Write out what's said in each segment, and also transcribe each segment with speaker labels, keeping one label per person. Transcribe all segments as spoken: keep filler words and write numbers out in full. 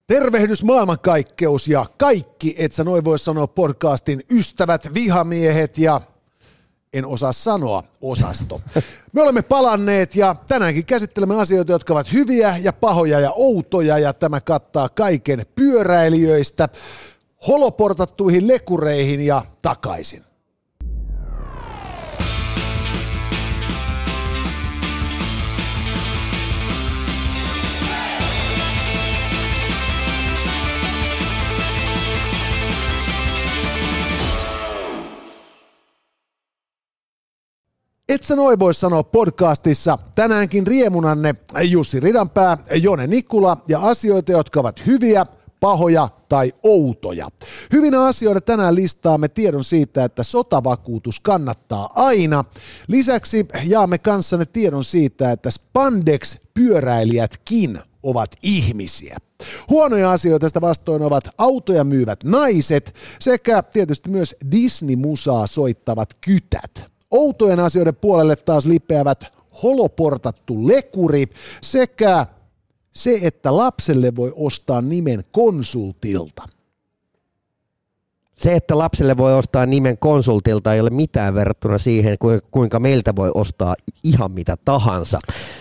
Speaker 1: Tervehdys maailmankaikkeus ja kaikki, et sä noin voi sanoa podcastin ystävät, vihamiehet ja en osaa sanoa osasto. Me olemme palanneet ja tänäänkin käsittelemme asioita, jotka ovat hyviä ja pahoja ja outoja ja tämä kattaa kaiken pyöräilijöistä holoportattuihin lekureihin ja takaisin. Et sä noin voi sanoa podcastissa tänäänkin riemunanne Jussi Ridanpää, Jone Nikula ja asioita, jotka ovat hyviä, pahoja tai outoja. Hyvinä asioina tänään listaamme tiedon siitä, että sotavakuutus kannattaa aina. Lisäksi jaamme kanssanne tiedon siitä, että spandex-pyöräilijätkin ovat ihmisiä. Huonoja asioita tästä vastoin ovat autoja myyvät naiset sekä tietysti myös Disney-musaa soittavat kytät. Outojen asioiden puolelle taas lipeävät holoportattu lekuri sekä se, että lapselle voi ostaa nimen konsultilta.
Speaker 2: Se, että lapselle voi ostaa nimen konsultilta, ei ole mitään verrattuna siihen, kuinka meiltä voi ostaa ihan mitä tahansa.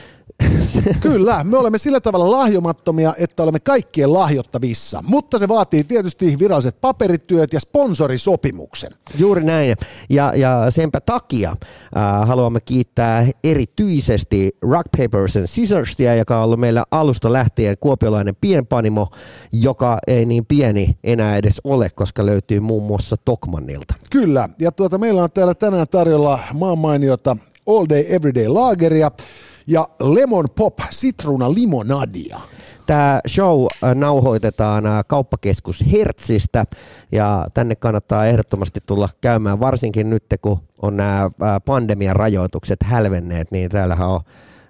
Speaker 1: Kyllä, me olemme sillä tavalla lahjomattomia, että olemme kaikkien lahjottavissa, mutta se vaatii tietysti viralliset paperityöt ja sponsorisopimuksen.
Speaker 2: Juuri näin, ja, ja senpä takia äh, haluamme kiittää erityisesti Rock Papers and Scissorsia, joka on ollut meillä alusta lähtien kuopiolainen pienpanimo, joka ei niin pieni enää edes ole, koska löytyy muun muassa Tokmannilta.
Speaker 1: Kyllä, ja tuota, meillä on täällä tänään tarjolla maanmainiota All Day Everyday Lageria, ja Lemon Pop Sitruuna Limonadia.
Speaker 2: Tämä show nauhoitetaan kauppakeskus Hertzistä ja tänne kannattaa ehdottomasti tulla käymään, varsinkin nyt kun on nämä pandemian rajoitukset hälvenneet, niin täällähän on,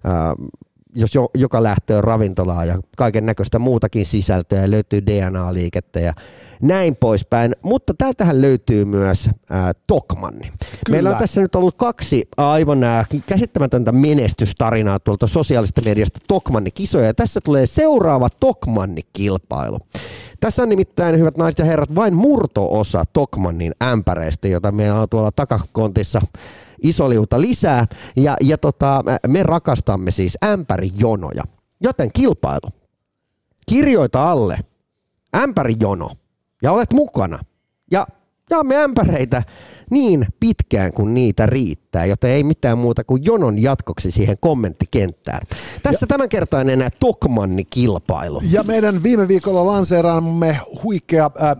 Speaker 2: jos joka lähtö on ravintolaa ja kaiken näköistä muutakin sisältöä, löytyy D N A-liikettä ja näin poispäin, mutta täältähän löytyy myös ää, Tokmanni. Kyllä. Meillä on tässä nyt ollut kaksi aivan ää, käsittämätöntä menestystarinaa tuolta sosiaalisesta mediasta Tokmanni-kisoja, ja tässä tulee seuraava Tokmanni-kilpailu. Tässä on nimittäin, hyvät naiset ja herrat, vain murto-osa Tokmannin ämpäreistä, jota meillä on tuolla takakontissa iso liuta lisää, ja, ja tota, me rakastamme siis ämpärijonoja, joten kilpailu. Kirjoita alle ämpärijono ja olet mukana ja jaamme ämpäreitä niin pitkään kuin niitä riittää, joten ei mitään muuta kuin jonon jatkoksi siihen kommenttikenttään. Tässä ja tämänkertainen Tokmanni-kilpailu.
Speaker 1: Ja meidän viime viikolla lanseeraamme huikea äh,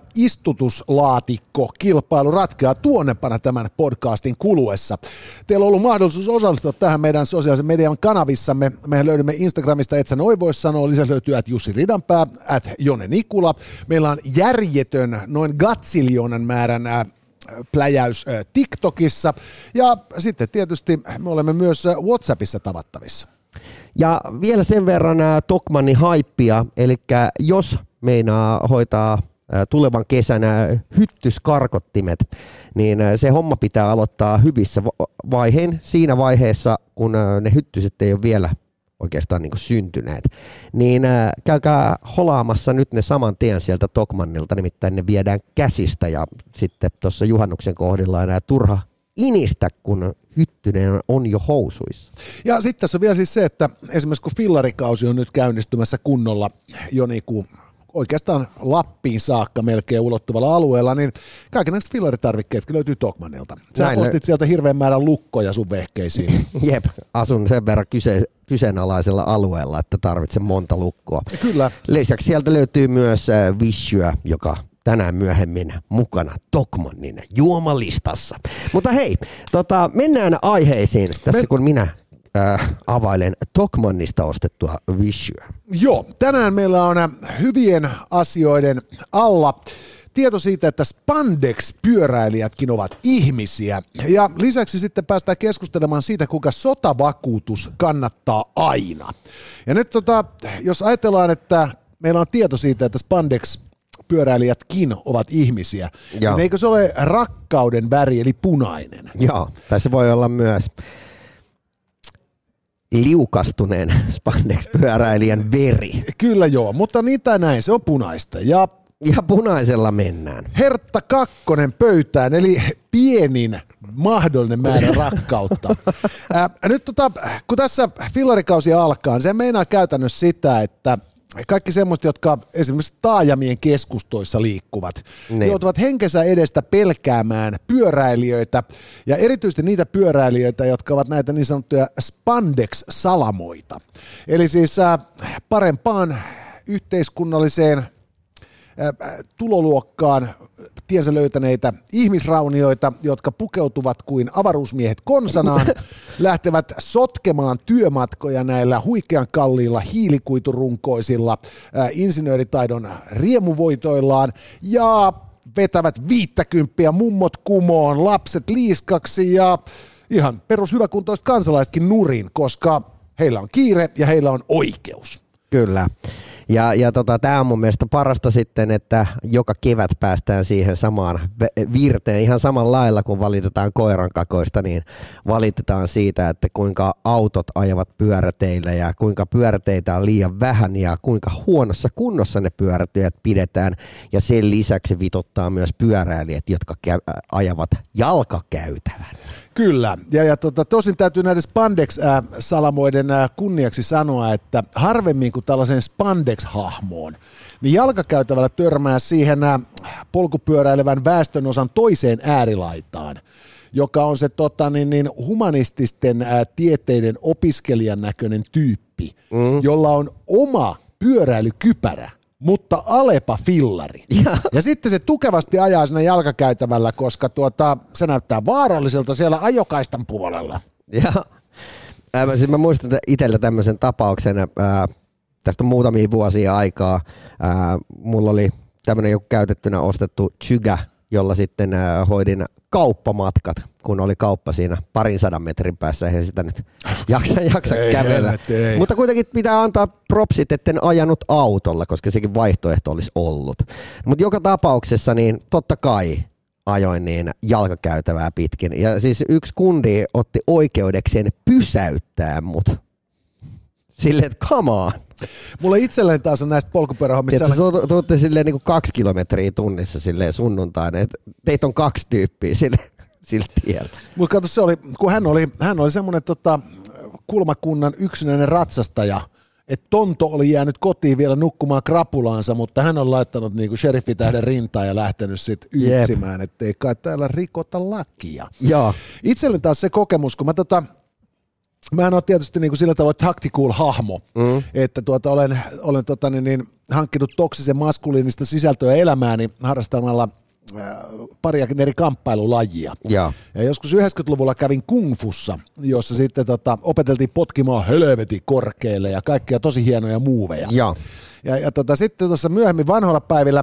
Speaker 1: istutuslaatikko-kilpailu ratkeaa tuonnepana tämän podcastin kuluessa. Teillä on ollut mahdollisuus osallistua tähän meidän sosiaalisen median kanavissamme. Me löydymme Instagramista, et sä noin voi sanoa. Lisäksi löytyy at Jussi Ridanpää, at Jone Nikula. Meillä on järjetön, noin gatsiljonan määrän äh, pläjäys TikTokissa ja sitten tietysti me olemme myös WhatsAppissa tavattavissa.
Speaker 2: Ja vielä sen verran Tokmannin haippia, eli jos meinaa hoitaa tulevan kesänä hyttyskarkottimet, niin se homma pitää aloittaa hyvissä vaiheen siinä vaiheessa, kun ne hyttyset ei ole vielä oikeastaan niin kuin syntyneet, niin äh, käykää holaamassa nyt ne saman tien sieltä Tokmannilta, nimittäin ne viedään käsistä ja sitten tuossa juhannuksen kohdilla enää turha inistä, kun hyttynen on jo housuissa.
Speaker 1: Ja sitten tässä on vielä siis se, että esimerkiksi kun fillarikausi on nyt käynnistymässä kunnolla jo niin kuin oikeastaan Lappiin saakka melkein ulottuvalla alueella, niin kaikenlaiset fillaritarvikkeetkin löytyy Tokmannilta. Sä Näin ostit lö- sieltä hirveän määrän lukkoja sun vehkeisiin.
Speaker 2: Jep, asun sen verran kyse- kyseenalaisella alueella, että tarvitsen monta lukkoa.
Speaker 1: Kyllä.
Speaker 2: Lisäksi sieltä löytyy myös äh, Vishyä, joka tänään myöhemmin mukana Tokmannin juomalistassa. Mutta hei, tota, mennään aiheisiin tässä, Me- kun minä Äh, availen Tokmannista ostettua Vishyä.
Speaker 1: Joo, tänään meillä on hyvien asioiden alla tieto siitä, että spandex-pyöräilijätkin ovat ihmisiä. Ja lisäksi sitten päästään keskustelemaan siitä, kuinka sotavakuutus kannattaa aina. Ja nyt tota, jos ajatellaan, että meillä on tieto siitä, että spandex pyöräilijätkin ovat ihmisiä, Joo. niin eikö se ole rakkauden väri, eli punainen?
Speaker 2: Joo, tässä voi olla myös liukastuneen spandex-pyöräilijän veri.
Speaker 1: Kyllä joo, mutta niin tai näin, se on punaista. Ja,
Speaker 2: ja punaisella mennään.
Speaker 1: Hertta kakkonen pöytään, eli pienin mahdollinen määrä rakkautta. Ää, nyt tota, kun tässä fillarikausi alkaa, se meinaa käytännössä sitä, että kaikki semmoiset, jotka esimerkiksi taajamien keskustoissa liikkuvat, niin joutuvat henkensä edestä pelkäämään pyöräilijöitä ja erityisesti niitä pyöräilijöitä, jotka ovat näitä niin sanottuja spandex-salamoita. Eli siis äh, parempaan yhteiskunnalliseen äh, tuloluokkaan tiensä löytäneitä ihmisraunioita, jotka pukeutuvat kuin avaruusmiehet konsanaan, lähtevät sotkemaan työmatkoja näillä huikean kalliilla hiilikuiturunkoisilla äh, insinööritaidon riemuvoitoillaan ja vetävät viittäkymppiä mummot kumoon, lapset liiskaksi ja ihan perushyväkuntoiset kansalaisetkin nurin, koska heillä on kiire ja heillä on oikeus.
Speaker 2: Kyllä. Ja, ja tota, tämä on mun mielestä parasta sitten, että joka kevät päästään siihen samaan virteen ihan samalla lailla, kun valitetaan koirankakoista, niin valitetaan siitä, että kuinka autot ajavat pyöräteillä ja kuinka pyöräteitä on liian vähän ja kuinka huonossa kunnossa ne pyörätiet pidetään. Ja sen lisäksi vituttaa myös pyöräilijät, jotka kä- ajavat jalkakäytävän.
Speaker 1: Kyllä, ja, ja tota, tosin täytyy näiden spandex-salamoiden kunniaksi sanoa, että harvemmin kuin tällaisen spandex-hahmoon, niin jalkakäytävällä törmää siihen polkupyöräilevän väestönosan toiseen äärilaitaan, joka on se tota, niin, niin humanististen ää, tieteiden opiskelijan näköinen tyyppi, mm. jolla on oma pyöräilykypärä, mutta alepa fillari. Ja. ja sitten se tukevasti ajaa siinä jalkakäytävällä, koska tuota, se näyttää vaaralliselta siellä ajokaistan puolella.
Speaker 2: Ja. Äh, siis mä muistan itsellä tämmöisen tapauksen, äh, tästä on muutamia vuosia aikaa. Äh, mulla oli tämmöinen joku käytettynä ostettu Chyga, jolla sitten äh, hoidin kauppamatkat, kun oli kauppa siinä parin sadan metrin päässä, eihän sitä nyt jaksa, jaksa ei, kävellä. Ei. Mutta kuitenkin pitää antaa propsit, etten ajanut autolla, koska sekin vaihtoehto olisi ollut. Mutta joka tapauksessa niin totta kai ajoin niin jalkakäytävää pitkin. Ja siis yksi kundi otti oikeudekseen pysäyttää mut. Silleen, että come on.
Speaker 1: Mulla itselleen taas on näistä polkupyörähommista.
Speaker 2: Tiedätkö, sä tuutte silleen niin kuin kaksi kilometriä tunnissa silleen sunnuntaina, että teitä on kaksi tyyppiä sille, sillä tiellä.
Speaker 1: Mutta kato, se oli, kun hän oli, hän oli semmoinen tota, kulmakunnan yksinäinen ratsastaja, että Tonto oli jäänyt kotiin vielä nukkumaan krapulaansa, mutta hän on laittanut niinku sheriffitähden rintaan ja lähtenyt sitten yksimään, ettei kai täällä rikota lakia.
Speaker 2: Joo.
Speaker 1: Itselleni taas se kokemus, kun mä tota, mä en ole tietysti niin kuin sillä tavoin tactical hahmo, mm. että tuota, olen, olen tota, niin, niin, hankkinut toksisen maskuliinista sisältöä elämääni harrastamalla äh, pariakin eri kamppailulajia.
Speaker 2: Ja,
Speaker 1: ja joskus yhdeksänkymmentäluvulla kävin kungfussa, jossa sitten tota, opeteltiin potkimaan hölvetin korkealle ja kaikkia tosi hienoja muuveja.
Speaker 2: Ja,
Speaker 1: ja, ja tota, sitten tuossa myöhemmin vanhoilla päivillä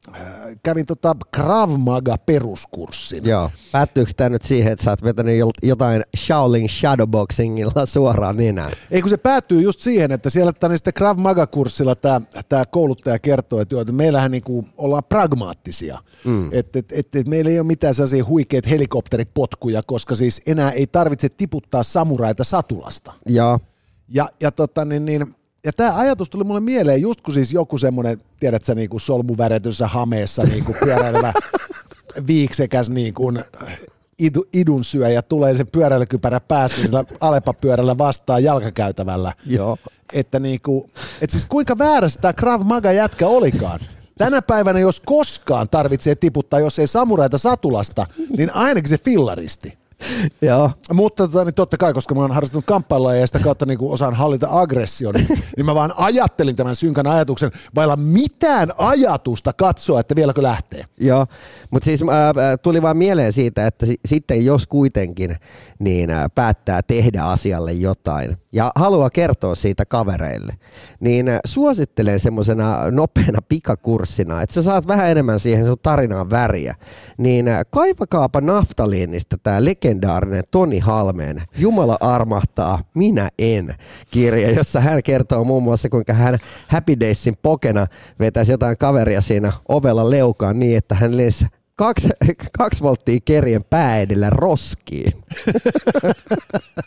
Speaker 1: kävin tota Krav Maga peruskurssin.
Speaker 2: Joo. Päättyykö tämä nyt siihen, että sä oot vetänyt jotain Shaolin shadowboxingilla suoraan nenään?
Speaker 1: Ei, kun se päättyy just siihen, että siellä tämän sitten Krav Maga-kurssilla tämä, tämä kouluttaja kertoo, että, jo, että meillähän niinku ollaan pragmaattisia. Mm. Että et, et, et meillä ei ole mitään sellaisia huikeita helikopteripotkuja, koska siis enää ei tarvitse tiputtaa samuraita satulasta.
Speaker 2: Joo.
Speaker 1: Ja, ja tota niin, niin Ja tämä ajatus tuli mulle mieleen just kun siis joku semmoinen, tiedätkö, niinku solmuväretyssä hameessa niinku pyöräilevä viiksekäs niinku idu, idunsyöjä tulee se pyöräilykypärä päässä sillä Alepa-pyörällä vastaan jalkakäytävällä.
Speaker 2: Joo.
Speaker 1: Että niinku, et siis kuinka väärässä tämä Krav Maga jätkä olikaan. Tänä päivänä jos koskaan tarvitsee tiputtaa, jos ei samuraita satulasta, niin ainakin se fillaristi.
Speaker 2: Joo.
Speaker 1: Mutta tota, niin totta kai, koska mä oon harrastanut kamppailua ja sitä kautta niin osaan hallita aggression, niin, niin mä vaan ajattelin tämän synkän ajatuksen, vailla mitään ajatusta katsoa, että vieläkö lähtee.
Speaker 2: Joo, mutta siis äh, tuli vaan mieleen siitä, että si- sitten jos kuitenkin niin äh, päättää tehdä asialle jotain ja haluaa kertoa siitä kavereille, niin äh, suosittelen semmoisena nopeana pikakurssina, että sä saat vähän enemmän siihen sun tarinaan väriä, niin äh, kaivakaapa naftaliinista tää legendaarinen Toni Halmeen Jumala armahtaa, minä en -kirja, jossa hän kertoo muun muassa, kuinka hän Happy Daysin pokena vetäisi jotain kaveria siinä ovella leukaan niin, että hän lensi kaksi, kaksi volttia kerien pää edellä roskiin.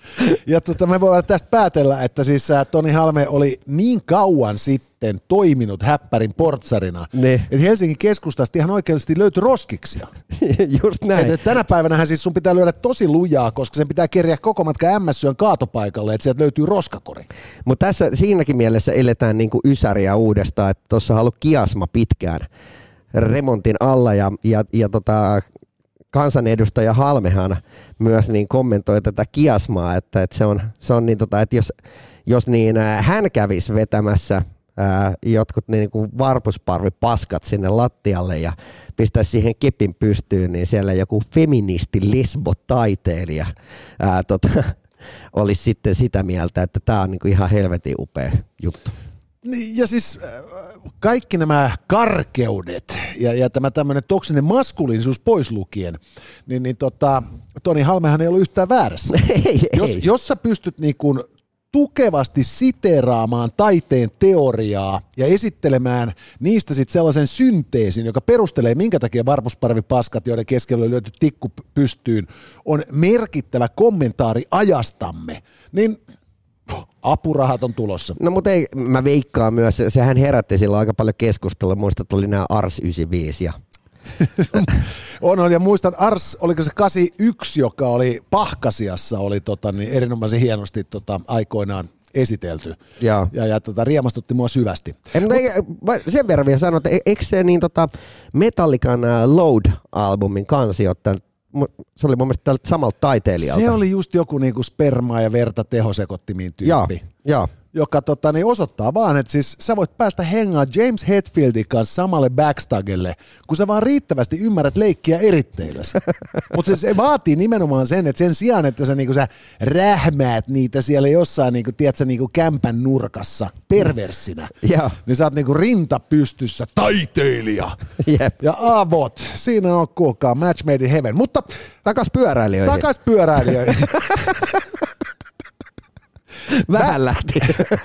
Speaker 1: Ja tota, me voidaan tästä päätellä, että siis Toni Halme oli niin kauan sitten toiminut häppärin portsarina,
Speaker 2: ne.
Speaker 1: että Helsingin keskustasta ihan oikeasti löytyi roskiksia.
Speaker 2: Just näin.
Speaker 1: Et tänä päivänähän siis sun pitää lyödä tosi lujaa, koska sen pitää kerjää koko matka M S-syön kaatopaikalle, että sieltä löytyy roskakori.
Speaker 2: Mutta tässä siinäkin mielessä eletään niinku ysäriä uudestaan, että tuossa on ollut kiasma pitkään remontin alla ja, ja, ja tota, kansanedustaja Halmehan myös niin kommentoi tätä kiasmaa, että, että se on, se on niin, tota, että jos, jos niin, äh, hän kävisi vetämässä ää, jotkut niin kuin varpusparvipaskat sinne lattialle ja pistäisi siihen kepin pystyyn, niin siellä joku feministi lesbotaiteilija ää, tota, olisi sitten sitä mieltä, että tämä on niin kuin ihan helvetin upea juttu.
Speaker 1: Ja siis kaikki nämä karkeudet ja, ja tämä tämmöinen toksinen maskuliinisuus pois lukien, niin, niin tota, Toni Halmehan ei ollut yhtään väärässä.
Speaker 2: Ei,
Speaker 1: jos,
Speaker 2: ei.
Speaker 1: jos sä pystyt niin kuin tukevasti siteeraamaan taiteen teoriaa ja esittelemään niistä sitten sellaisen synteesin, joka perustelee, minkä takia varpusparvipaskat, joiden keskellä on lyöty tikku pystyyn, on merkittävä kommentaari ajastamme, niin apurahat on tulossa.
Speaker 2: No mutta ei, mä veikkaan myös, sehän herätti silloin aika paljon keskustelua, muistat, että oli nämä Ars yhdeksänkymmentäviisi ja
Speaker 1: on, on, ja muistan Ars, oliko se kahdeksankymmentäyksi, joka oli Pahkasiassa, oli tota, niin erinomaisen hienosti tota, aikoinaan esitelty. Ja, ja, ja tota, riemastutti mua syvästi.
Speaker 2: Ei, mutta ei, sen verran vielä sanoa, että eikö se niin tota Metallican Load-albumin kansiottanut, se oli mun mielestä tältä samalta taiteilijalta.
Speaker 1: Se oli just joku niinku spermaa ja verta tehosekottimiin tyyppi.
Speaker 2: Ja, ja.
Speaker 1: Joka tota, niin osoittaa vaan, että siis sä voit päästä hengaan James Hetfieldin kanssa samalle backstagelle, kun sä vaan riittävästi ymmärrät leikkiä eritteilläsi. Mutta se, se vaatii nimenomaan sen, että sen sijaan, että sä, niinku, sä rähmäät niitä siellä jossain niinku, tiedätkö, niinku kämpän nurkassa perversinä,
Speaker 2: ja.
Speaker 1: niin sä oot niinku rinta pystyssä taiteilija.
Speaker 2: Jep.
Speaker 1: Ja avot, siinä on kuulkaa match made in heaven. Mutta
Speaker 2: takas pyöräilijöihin.
Speaker 1: Takas pyöräilijöihin.
Speaker 2: Vähän lähti.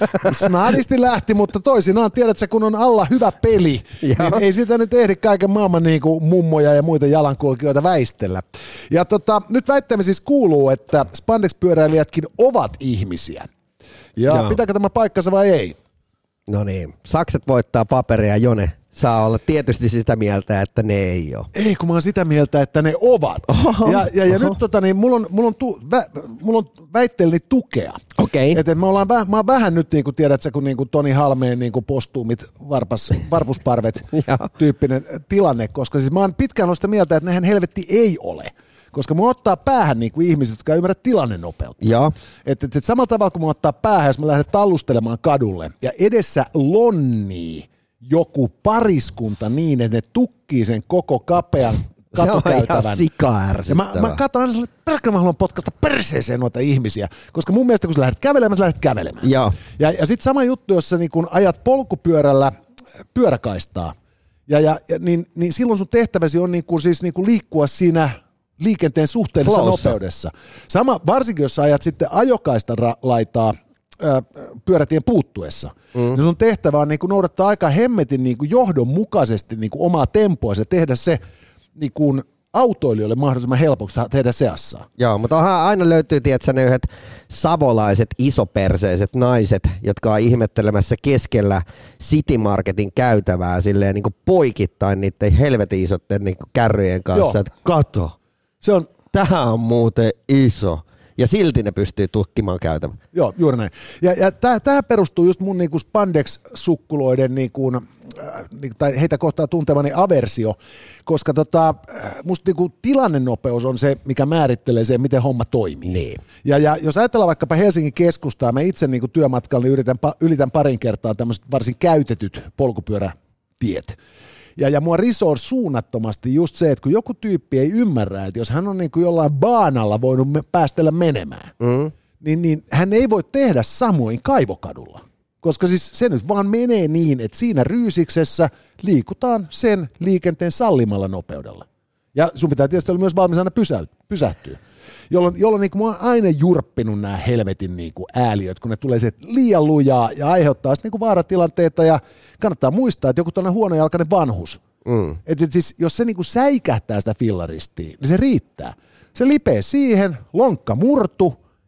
Speaker 1: Snadisti lähti, mutta toisinaan tiedätkö, kun on alla hyvä peli, niin ei sitä nyt ehdi kaiken maailman niin kuin mummoja ja muita jalankulkijoita väistellä. Ja tota, nyt väittämme siis kuuluu, että spandex-pyöräilijätkin ovat ihmisiä. Ja Joo. Pitääkö tämä paikkansa vai ei?
Speaker 2: No niin, sakset voittaa paperia ja Jone saa olla tietysti sitä mieltä, että ne ei ole.
Speaker 1: Ei, kun mä oon sitä mieltä, että ne ovat. Oho, ja ja, ja nyt tota, niin, mulla on, mulla on, tu, vä, mulla on väitteelleni tukea.
Speaker 2: Okei.
Speaker 1: Okay. Mä, ollaan, mä oon vähän nyt, niin kuin tiedätkö, kun niin kuin Toni Halmeen niin kuin postuumit, varpas, varpusparvet tyyppinen tilanne, koska siis mä oon pitkään ollut sitä mieltä, että nehän helvetti ei ole. Koska mua ottaa päähän niin kuin ihmiset, jotka ei ymmärrä tilannenopeutta. Että et, et samalla tavalla kuin mua ottaa päähän, jos mä lähden tallustelemaan kadulle ja edessä lonnii joku pariskunta niin, että ne tukkii sen koko kapean katukäytävän.
Speaker 2: Se on ihan sika-ärsyttävää.
Speaker 1: Ja mä, mä katson aina sellainen, että mä haluan potkaista perseeseen noita ihmisiä, koska mun mielestä kun sä lähdet kävelemään, sä lähdet kävelemään.
Speaker 2: Ja,
Speaker 1: ja, ja sitten sama juttu, jos sä niin kun ajat polkupyörällä pyöräkaistaa, ja, ja, ja, niin, niin silloin sun tehtäväsi on niin kun, siis niin kun liikkua siinä liikenteen suhteellisessa Close. nopeudessa. Sama, varsinkin jos sä ajat sitten ajokaista ra- laitaa pyörätien puuttuessa. Mm. Niin sun tehtävä on niin kuin noudattaa aika hemmetin niin kuin johdonmukaisesti niin kuin omaa tempoa ja tehdä se niin kuin autoilijoille mahdollisimman helpoksi tehdä seassa.
Speaker 2: Joo, mutta onhan aina löytyy, tiedätkö, ne yhdet savolaiset isoperseiset naiset, jotka on ihmettelemässä keskellä City Marketin käytävää silleen niin kuin poikittain niiden helvetin isotten niin kuin kärryjen kanssa. Että kato,
Speaker 1: se on,
Speaker 2: tähän on muuten iso. Ja silti ne pystyy tukkimaan käytävän.
Speaker 1: Joo, juuri näin. Ja, ja tähän perustuu just mun niinku spandex-sukkuloiden, niinku, äh, tai heitä kohtaa tuntemani aversio, koska tota, musta niinku tilannenopeus on se, mikä määrittelee sen, miten homma toimii.
Speaker 2: Niin.
Speaker 1: Ja, ja jos ajatellaan vaikkapa Helsingin keskustaa, mä itse niinku työmatkalla niin yritän, ylitän parin kertaa tämmöiset varsin käytetyt polkupyörätiet. Ja, ja mua risoo suunnattomasti just se, että kun joku tyyppi ei ymmärrä, että jos hän on niin kuin jollain baanalla voinut päästellä menemään, mm. niin, niin hän ei voi tehdä samoin Kaivokadulla. Koska siis se nyt vaan menee niin, että siinä ryysiksessä liikutaan sen liikenteen sallimalla nopeudella. Ja sun pitää tietysti olla myös valmis aina pysähtyä. Jolloin, jolloin niin kuin mä oon aina jurppinut nämä helvetin niin kuin ääliöt, kun ne tulee se liian lujaa ja aiheuttaa sitten niin kuin vaaratilanteita. Ja kannattaa muistaa, että joku tällainen huonojalkainen vanhus, mm. että et siis, jos se niin kuin säikähtää sitä fillaristia, niin se riittää. Se lipee siihen, lonkka murtu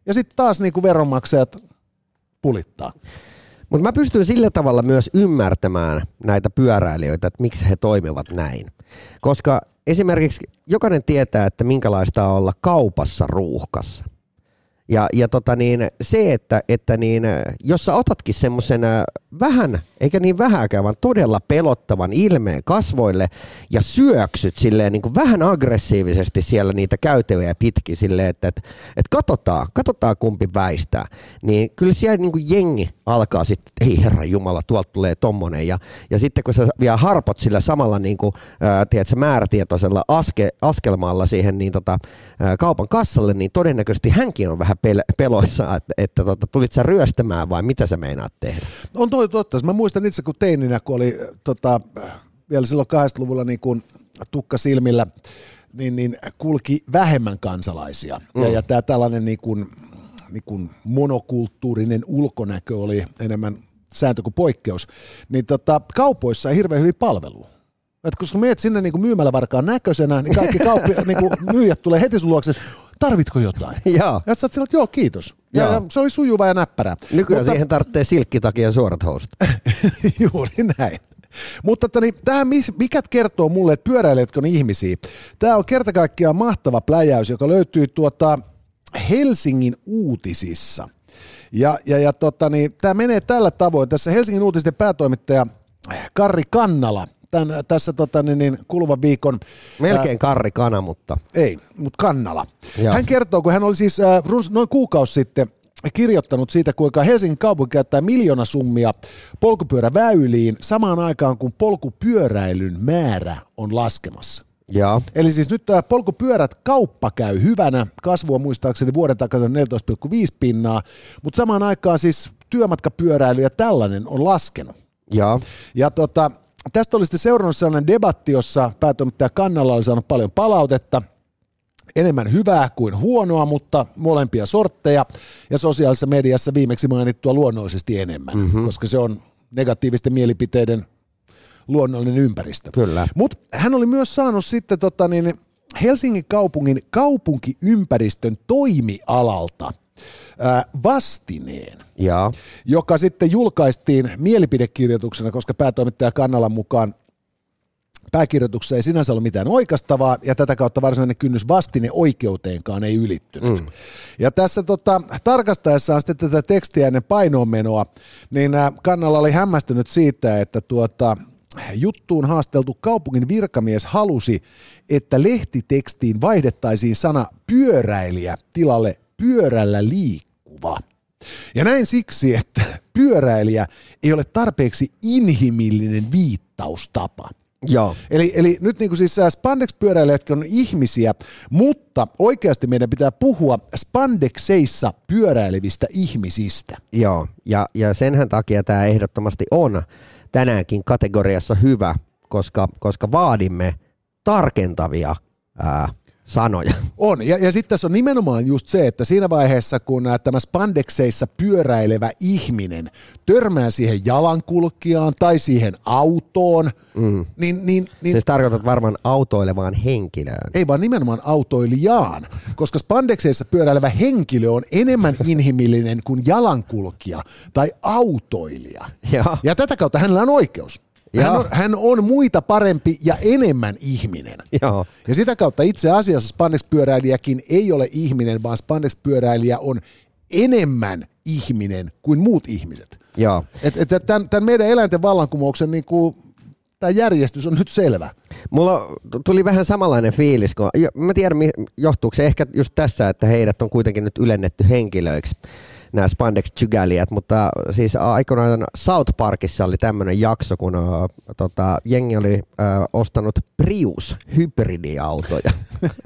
Speaker 1: Ja sitten taas niin kuin veronmaksajat pulittaa.
Speaker 2: Mutta mä pystyn sillä tavalla myös ymmärtämään näitä pyöräilijöitä, että miksi he toimivat näin. Koska esimerkiksi jokainen tietää, että minkälaista on olla kaupassa ruuhkassa. Ja, ja tota niin, se, että, että niin, jos sä otatkin semmoisen vähän, eikä niin vähäkään, vaan todella pelottavan ilmeen kasvoille ja syöksyt silleen niin kuin vähän aggressiivisesti siellä niitä käytäviä pitkin silleen, että, että, että katsotaan, katsotaan kumpi väistää, niin kyllä siellä niin kuin jengi alkaa sitten, ei herra jumala, tuolta tulee tommonen. Ja, ja sitten kun sä vielä harpot sillä samalla niin kuin, ää, tiedätkö, määrätietoisella aske, askelmalla siihen niin tota, ää, kaupan kassalle, niin todennäköisesti hänkin on vähän pel- peloissaan, että, että tota, tulit sä ryöstämään vai mitä sä meinaat tehdä?
Speaker 1: On toi totta. Mä muistan itse, kun teininä, kun oli tota, vielä silloin kahdeksankymmentäluvulla niin kuin tukka silmillä, niin, niin kulki vähemmän kansalaisia. Mm. Ja, ja tämä tällainen niin kuin, niin kuin monokulttuurinen ulkonäkö oli enemmän sääntö kuin poikkeus. Niin tota, kaupoissa ei hirveän hyvin palvelua. Et koska meet sinne niin kuin myymälävarkaan näköisenä, niin kaikki kauppi, niin kuin myyjät tulee heti sun luokse, tarvitko jotain?
Speaker 2: Joo.
Speaker 1: Ja sä oot sillä, että joo, kiitos. Ja, ja se oli sujuva ja näppärä.
Speaker 2: Nykyään Mutta, siihen tarvitsee silkkitakia ja suorat housut.
Speaker 1: Juuri näin. Mutta että, niin, tähän mikä kertoo mulle, että pyöräilijät on ihmisiä. Tämä on kerta kaikkiaan mahtava pläjäys, joka löytyy tuota Helsingin uutisissa. Ja, ja, ja tota, niin, tämä menee tällä tavoin. Tässä Helsingin uutisten päätoimittaja Karri Kannala, tämän, tässä tota, niin, niin, kuluvan viikon...
Speaker 2: Melkein ää, Karri Kana, mutta...
Speaker 1: Ei, mutta Kannala. Joo. Hän kertoo, kun hän oli siis ää, noin kuukausi sitten kirjoittanut siitä, kuinka Helsingin kaupunki käyttää miljoonasummia polkupyöräväyliin samaan aikaan, kun polkupyöräilyn määrä on laskemassa.
Speaker 2: Ja.
Speaker 1: Eli siis nyt tämä polkupyörät kauppa käy hyvänä, kasvua muistaakseni vuoden takaisin neljätoista pilkku viisi pinnaa, mutta samaan aikaan siis työmatkapyöräily ja tällainen on laskenut.
Speaker 2: Ja,
Speaker 1: ja tota, tästä oli sitten seurannut sellainen debatti, jossa päätoimittaja Kannalla oli saanut paljon palautetta, enemmän hyvää kuin huonoa, mutta molempia sortteja ja sosiaalisessa mediassa viimeksi mainittua luonnollisesti enemmän, mm-hmm. koska se on negatiivisten mielipiteiden luonnollinen ympäristö.
Speaker 2: Kyllä.
Speaker 1: Mutta hän oli myös saanut sitten tota, niin Helsingin kaupungin kaupunkiympäristön toimialalta ää, vastineen,
Speaker 2: ja.
Speaker 1: joka sitten julkaistiin mielipidekirjoituksena, koska päätoimittaja Kannalan mukaan pääkirjoituksessa ei sinänsä ole mitään oikastavaa, ja tätä kautta varsinainen kynnys vastine oikeuteenkaan ei ylittynyt. Mm. Ja tässä tota, tarkastaessaan sitten tätä tekstiä ennen painoonmenoa, niin Kannalla oli hämmästynyt siitä, että tuota, juttuun haasteltu kaupungin virkamies halusi, että lehtitekstiin vaihdettaisiin sana pyöräilijä tilalle pyörällä liikkuva. Ja näin siksi, että pyöräilijä ei ole tarpeeksi inhimillinen viittaustapa.
Speaker 2: Joo.
Speaker 1: Eli, eli nyt niin kuin siis spandex-pyöräilijätkin on ihmisiä, mutta oikeasti meidän pitää puhua spandexeissa pyöräilevistä ihmisistä.
Speaker 2: Joo, ja, ja senhän takia tämä ehdottomasti on tänäänkin kategoriassa hyvä, koska, koska vaadimme tarkentavia ää, sanoja.
Speaker 1: On, ja, ja sitten tässä on nimenomaan just se, että siinä vaiheessa, kun tämä spandexeissa pyöräilevä ihminen törmää siihen jalankulkijaan tai siihen autoon, mm. niin... niin, niin
Speaker 2: siis tarkoitat varmaan autoilevaan henkilöön.
Speaker 1: Ei vaan nimenomaan autoilijaan, koska spandexeissa pyöräilevä henkilö on enemmän inhimillinen kuin jalankulkija tai autoilija.
Speaker 2: Ja,
Speaker 1: ja tätä kautta hänellä on oikeus. Hän on, hän on muita parempi ja enemmän ihminen.
Speaker 2: Joo.
Speaker 1: Ja sitä kautta itse asiassa spandex-pyöräilijäkin ei ole ihminen, vaan spandex-pyöräilijä on enemmän ihminen kuin muut ihmiset.
Speaker 2: Joo.
Speaker 1: Et, et, tämän, tämän meidän eläinten vallankumouksen niin kuin, tämä järjestys on nyt selvä.
Speaker 2: Mulla tuli vähän samanlainen fiilis, kun mä tiedän johtuuko se ehkä just tässä, että heidät on kuitenkin nyt ylennetty henkilöiksi, nämä spandex-tsykälijät, mutta siis aikoinaan South Parkissa oli tämmöinen jakso, kun uh, tota, jengi oli uh, ostanut Prius-hybridiautoja.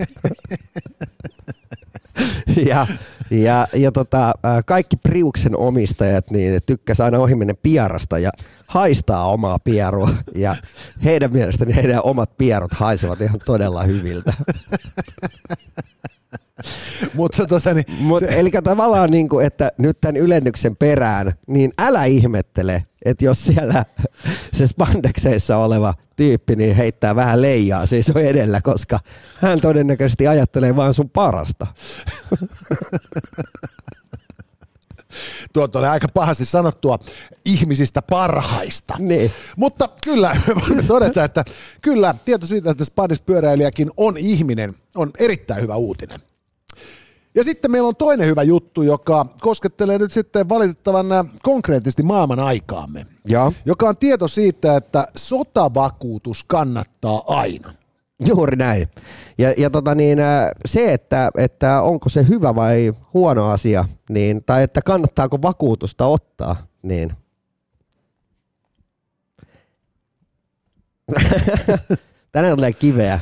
Speaker 2: ja ja, ja tota, uh, kaikki Priuksen omistajat niin tykkäsivät aina ohimennen pierasta ja haistaa omaa pierua. Ja heidän mielestäni heidän omat pierut haisevat ihan todella hyviltä.
Speaker 1: Mutta tota, niin,
Speaker 2: Mut, se... Eli tavallaan, niin kuin, että nyt tämän ylennyksen perään, niin älä ihmettele, että jos siellä se spandexeissa oleva tyyppi niin heittää vähän leijaa siis on edellä, koska hän todennäköisesti ajattelee vaan sun parasta.
Speaker 1: Tuo oli aika pahasti sanottua ihmisistä parhaista.
Speaker 2: Niin.
Speaker 1: Mutta kyllä, voimme todeta, että kyllä tieto siitä, että Spandex-pyöräilijäkin on ihminen, on erittäin hyvä uutinen. Ja sitten meillä on toinen hyvä juttu, joka koskettelee nyt sitten valitettavan konkreettisesti maailman aikaamme.
Speaker 2: Ja.
Speaker 1: Joka on tieto siitä, että sotavakuutus kannattaa aina.
Speaker 2: Juuri näin. Ja, ja tota niin, se, että, että onko se hyvä vai huono asia, niin, tai että kannattaako vakuutusta ottaa, niin tänään tulee kiveä.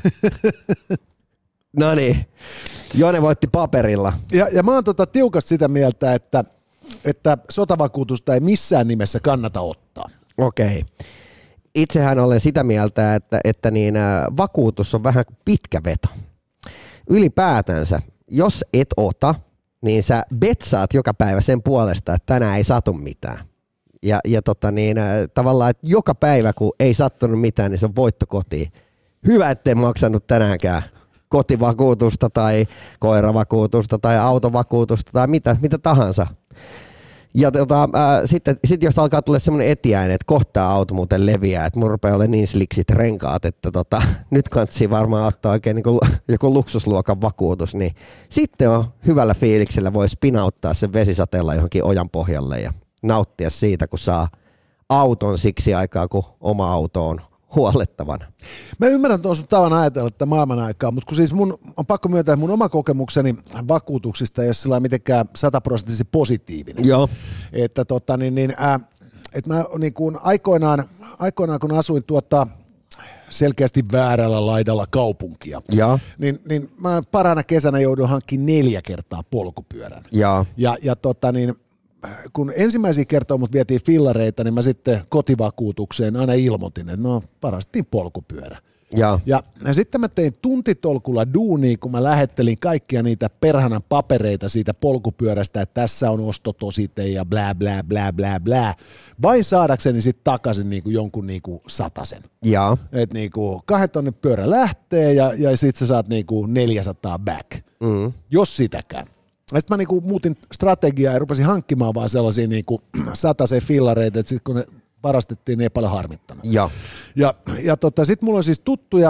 Speaker 2: No niin, Jone voitti paperilla.
Speaker 1: Ja, ja mä oon tota tiukasti sitä mieltä, että, että sotavakuutusta ei missään nimessä kannata ottaa.
Speaker 2: Okei. Itsehän olen sitä mieltä, että, että niin, vakuutus on vähän kuin pitkä veto. Ylipäätänsä, jos et ota, niin sä betsaat joka päivä sen puolesta, että tänään ei satu mitään. Ja, ja tota niin, tavallaan, että joka päivä, kun ei sattunut mitään, niin se on voitto kotiin. Hyvä, ettei maksanut tänäänkään kotivakuutusta tai koiravakuutusta tai autovakuutusta tai mitä, mitä tahansa. Ja tota, äh, sitten sit jos alkaa tulla semmoinen etiäinen, että kohta auto muuten leviää, että mun rupeaa olemaan niin sliksit renkaat, että tota, nyt kantsii varmaan ottaa oikein niin kuin joku luksusluokan vakuutus, niin sitten on hyvällä fiiliksellä voi spinauttaa sen vesisateella johonkin ojan pohjalle ja nauttia siitä, kun saa auton siksi aikaa, kun oma auto on huollettavana.
Speaker 1: Mä ymmärrän tuon sun tavan ajatella tätä maailman aikaa, mutta kun siis mun on pakko myöntää, että mun oma kokemukseni vakuutuksista ei ole sillä mitenkään sataprosenttisesti positiivinen.
Speaker 2: Joo.
Speaker 1: Että tota, niin, niin, äh, että mä niin kuin aikoinaan, aikoinaan, kun asuin tuota selkeästi väärällä laidalla kaupunkia,
Speaker 2: ja.
Speaker 1: Niin, niin mä parhaana kesänä joudun hankkimaan neljä kertaa polkupyörän.
Speaker 2: Ja,
Speaker 1: ja, ja tota, niin, kun ensimmäisiä kertoja mut vietiin fillareita, niin mä sitten kotivakuutukseen aina ilmoitin, että no parastiin polkupyörä.
Speaker 2: Ja.
Speaker 1: Ja, ja sitten mä tein tuntitolkulla duunia, kun mä lähettelin kaikkia niitä perhanan papereita siitä polkupyörästä, että tässä on ostotosite ja blää blää blää blää blää, vain saadakseni sitten takaisin niinku jonkun niinku satasen.
Speaker 2: Ja.
Speaker 1: Että niinku kahden tonne pyörä lähtee ja, ja sitten sä saat niinku neljäsataa back, mm. jos sitäkään. Ja sitten mä niinku muutin strategiaa ja rupesin hankkimaan vaan sellaisia niinku satasen fillareita, että sitten kun ne varastettiin, niin ei paljon harmittanut.
Speaker 2: Ja,
Speaker 1: ja, ja tota, sitten mulla on siis tuttuja,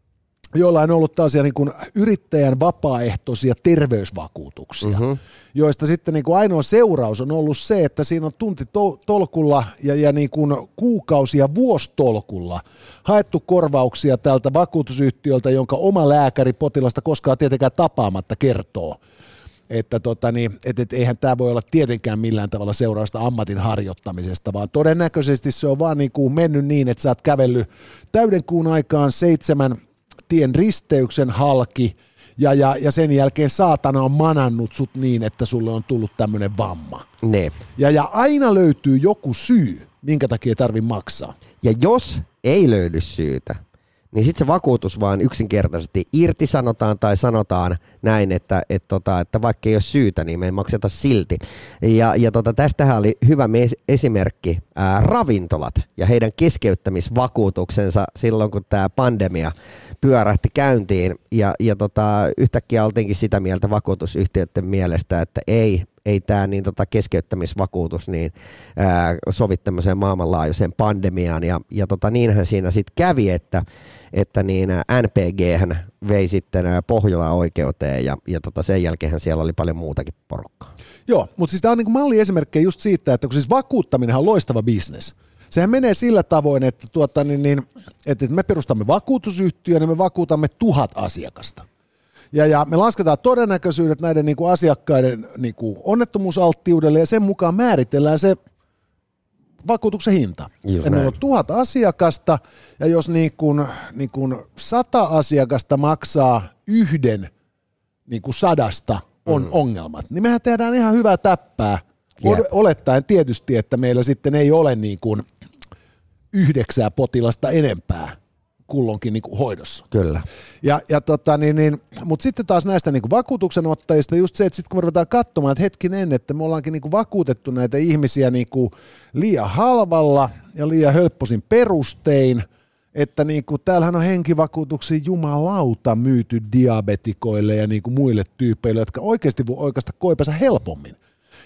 Speaker 1: joilla on ollut tällaisia niin kuin yrittäjän vapaaehtoisia terveysvakuutuksia, mm-hmm. joista sitten niin kuin ainoa seuraus on ollut se, että siinä on tuntitolkulla ja, ja niin kuin kuukausi- ja vuostolkulla haettu korvauksia tältä vakuutusyhtiöltä, jonka oma lääkäri potilasta koskaan tietenkään tapaamatta kertoo. Että tota niin, et, et eihän tämä voi olla tietenkään millään tavalla seurausta ammatin harjoittamisesta, vaan todennäköisesti se on vaan niin kuin mennyt niin, että sä oot kävellyt täyden kuun aikaan seitsemän tien risteyksen halki, ja, ja, ja sen jälkeen saatana on manannut sut niin, että sulle on tullut tämmöinen vamma.
Speaker 2: Ne.
Speaker 1: Ja, ja aina löytyy joku syy, minkä takia ei tarvitse maksaa.
Speaker 2: Ja jos ei löydy syytä, niin sitten se vakuutus vaan yksinkertaisesti irtisanotaan tai sanotaan näin, että, että, tota, että vaikka ei ole syytä, niin me ei makseta silti. Ja, ja tota, tästähän oli hyvä esimerkki ää, ravintolat ja heidän keskeyttämisvakuutuksensa silloin, kun tämä pandemia pyörähti käyntiin. Ja, ja tota, yhtäkkiä oltiinkin sitä mieltä vakuutusyhtiöiden mielestä, että ei, ei tämä niin, tota, keskeyttämisvakuutus niin, ää, sovi tämmöiseen maailmanlaajuiseen pandemiaan. Ja, ja tota, niinhän siinä sitten kävi, että että niin N P G vei sitten Pohjolaan oikeuteen ja, ja tota sen jälkeen siellä oli paljon muutakin porukkaa.
Speaker 1: Joo, mutta siis tämä on niinku malliesimerkkejä just siitä, että kun siis vakuuttaminen on loistava bisnes. Sehän menee sillä tavoin, että, tuota, niin, niin, että me perustamme vakuutusyhtiön ja me vakuutamme tuhat asiakasta. Ja, ja me lasketaan todennäköisyydet näiden niinku asiakkaiden niinku onnettomuusalttiudelle ja sen mukaan määritellään se vakuutuksen hinta. Ja meillä on tuhat asiakasta, ja jos niin kuin, niin kuin sata asiakasta maksaa yhden niin kuin sadasta on mm. ongelmat, niin mehän tehdään ihan hyvää täppää, yeah. olettaen tietysti, että meillä sitten ei ole niin kuin yhdeksää potilasta enempää kulloinkin niin kuin hoidossa.
Speaker 2: Kyllä.
Speaker 1: Ja, ja tota, niin, niin, mutta sitten taas näistä niin kuin vakuutuksenottajista just se, että sitten kun me ruvetaan katsomaan, että hetkinen, että me ollaankin niin kuin vakuutettu näitä ihmisiä niin kuin liian halvalla ja liian hölpposin perustein, että niin kuin, täällähän on henkivakuutuksia jumalauta myyty diabetikoille ja niin kuin muille tyypeille, jotka oikeasti voi oikeastaan koipansa helpommin.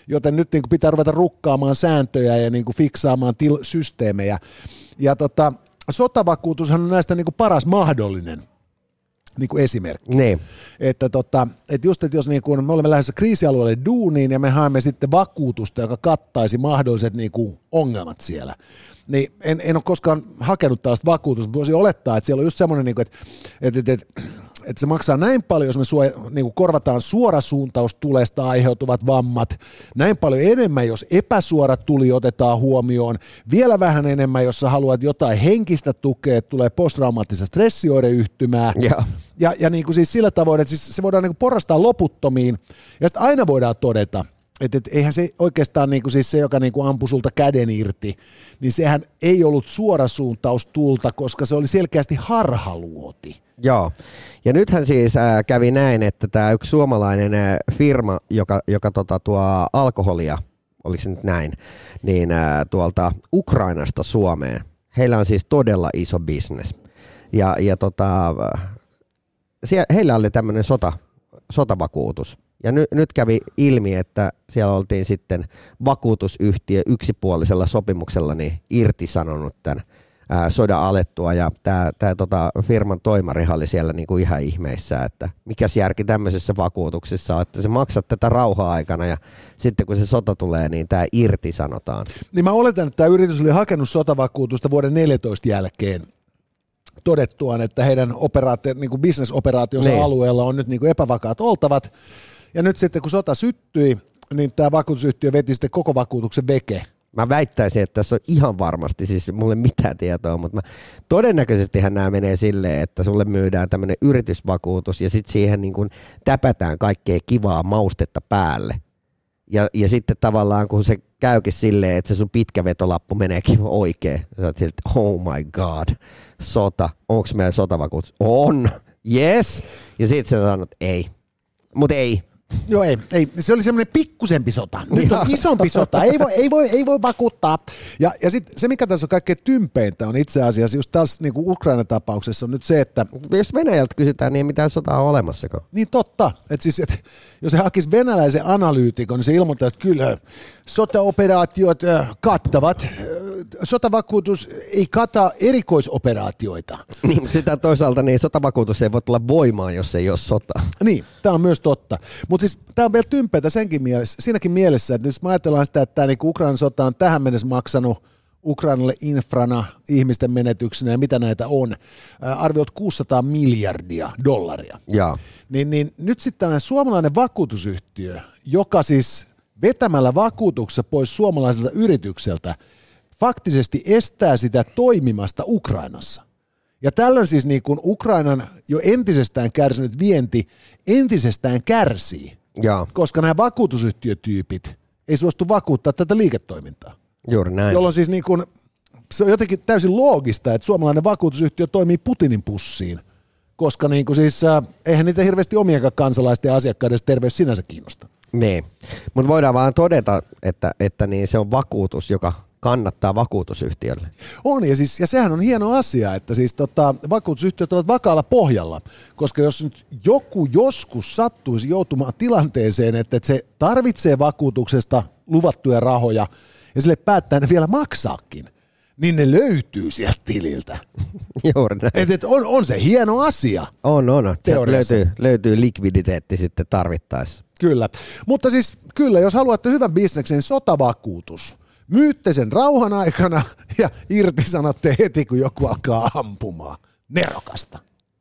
Speaker 1: joten nyt niin kuin pitää ruveta rukkaamaan sääntöjä ja niin kuin fiksaamaan til- systeemejä. Ja tota, sotavakuutushan on näistä niin kuin paras mahdollinen niin kuin esimerkki.
Speaker 2: Niin.
Speaker 1: Että, tota, että just, että jos niin kuin me olemme lähdössä kriisialueelle duuniin ja me haemme sitten vakuutusta, joka kattaisi mahdolliset niin kuin ongelmat siellä, niin en, en ole koskaan hakenut tällaista vakuutusta, mutta voisin olettaa, että siellä on just semmoinen, että, että, että, että, että se maksaa näin paljon, jos me suoja, niin kuin korvataan suorasuuntaustulesta aiheutuvat vammat, näin paljon enemmän, jos epäsuora tuli otetaan huomioon, vielä vähän enemmän, jos sä haluat jotain henkistä tukea, että tulee posttraumaattista stressioireyhtymää,
Speaker 2: ja,
Speaker 1: ja, ja niin kuin siis sillä tavoin, että siis se voidaan niin kuin porrastaa loputtomiin, ja sitten aina voidaan todeta, että et, eihän se oikeastaan niinku siis se, joka niinku ampui sulta käden irti, niin sehän ei ollut suorasuuntaustulta, koska se oli selkeästi harhaluoti.
Speaker 2: Joo, ja nythän siis äh, kävi näin, että tämä yksi suomalainen äh, firma, joka, joka tota, tuo alkoholia, oliko se nyt näin, niin äh, tuolta Ukrainasta Suomeen, heillä on siis todella iso business. Ja, ja tota, äh, siellä, heillä oli tämmöinen sota, sotavakuutus. Ja ny, nyt kävi ilmi, että siellä oltiin sitten vakuutusyhtiö yksipuolisella sopimuksella niin irtisanonut tämän ää, sodan alettua. Ja tämä, tämä tota, firman toimarihan oli siellä niinku ihan ihmeissä, että mikäs järki tämmöisessä vakuutuksessa on, että se maksat tätä rauha-aikana ja sitten kun se sota tulee, niin tämä irtisanotaan.
Speaker 1: Niin mä oletan, että tämä yritys oli hakenut sotavakuutusta vuoden neljätoista jälkeen todettuaan, että heidän operaatio, niin kuin business-operaationsa niin. alueella on nyt niin kuin epävakaat oltavat. Ja nyt sitten kun sota syttyi, niin tämä vakuutusyhtiö veti sitten koko vakuutuksen veke.
Speaker 2: Mä väittäisin, että tässä on ihan varmasti, siis mulle ei mitään tietoa, mutta mä, todennäköisestihän nämä menee silleen, että sulle myydään tämmöinen yritysvakuutus ja sitten siihen niin kuin täpätään kaikkea kivaa maustetta päälle. Ja, ja sitten tavallaan kun se käykin silleen, että se sun pitkä vetolappu meneekin oikein, sä oot siltä, oh my god, sota, onko meillä sotavakuutus? On, yes. Ja sitten sä sanot, ei, mutta ei.
Speaker 1: Joo, ei, ei. Se oli semmoinen pikkusempi sota. Nyt on isompi sota. Ei voi, ei voi, ei voi vakuuttaa. Ja, ja sitten se, mikä tässä on kaikkein tympeintä, on itse asiassa just taas niin kuin Ukrainan tapauksessa on nyt se, että
Speaker 2: jos Venäjältä kysytään, niin ei mitään sotaa ole olemassakaan.
Speaker 1: Niin totta. Että siis, et, jos se hakisi venäläisen analyytikon, niin se ilmoittaa, että kyllä sotaoperaatiot kattavat. Sotavakuutus ei kata erikoisoperaatioita.
Speaker 2: Niin, mutta sitä toisaalta niin sotavakuutus ei voi tulla voimaan, jos ei ole sota.
Speaker 1: Niin, tämä on myös totta. Mutta siis tämä on vielä tympeätä senkin mielessä, siinäkin mielessä, että jos me ajatellaan sitä, että tämä niinku Ukrainan sota on tähän mennessä maksanut Ukrainalle infrana, ihmisten menetyksenä ja mitä näitä on, arviot kuusisataa miljardia dollaria.
Speaker 2: Ja.
Speaker 1: Niin, niin nyt sitten tällainen suomalainen vakuutusyhtiö, joka siis vetämällä vakuutuksessa pois suomalaiselta yritykseltä, faktisesti estää sitä toimimasta Ukrainassa. Ja tällöin siis niin kuin Ukrainan jo entisestään kärsinyt vienti entisestään kärsii,
Speaker 2: ja.
Speaker 1: koska nämä vakuutusyhtiötyypit ei suostu vakuuttaa tätä liiketoimintaa.
Speaker 2: Juuri näin.
Speaker 1: Jolloin siis niin kuin, se on jotenkin täysin loogista, että suomalainen vakuutusyhtiö toimii Putinin pussiin, koska niin kuin siis, äh, eihän niitä hirveästi omienkaan kansalaisten ja asiakkaiden terveys sinänsä kiinnosta.
Speaker 2: Niin, mutta voidaan vaan todeta, että, että niin se on vakuutus, joka kannattaa vakuutusyhtiölle.
Speaker 1: On, ja, siis, ja sehän on hieno asia, että siis tota, vakuutusyhtiöt ovat vakaalla pohjalla, koska jos nyt joku joskus sattuisi joutumaan tilanteeseen, että se tarvitsee vakuutuksesta luvattuja rahoja, ja sille päättää ne vielä maksaakin, niin ne löytyy sieltä tililtä.
Speaker 2: Juuri näin.
Speaker 1: Et, et on, on se hieno asia.
Speaker 2: On, on. Löytyy, löytyy likviditeetti sitten tarvittaessa.
Speaker 1: Kyllä, mutta siis kyllä, jos haluatte hyvän bisneksen, sotavakuutus. Myytte sen rauhan aikana ja irtisanotte heti, kun joku alkaa ampumaan. Nerokasta.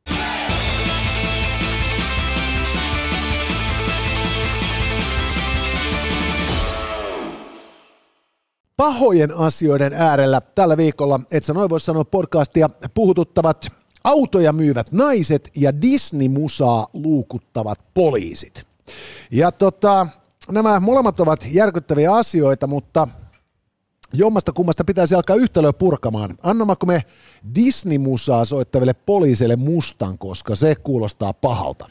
Speaker 1: Pahojen asioiden äärellä tällä viikolla, et sä noin voi sanoa podcastia, puhututtavat autoja myyvät naiset ja Disney-musaa luukuttavat poliisit. Ja tota, nämä molemmat ovat järkyttäviä asioita, mutta jommasta kummasta pitäisi alkaa yhtälöä purkamaan. Annammeko me Disney-musaa soittaville poliiseille mustan, koska se kuulostaa pahalta?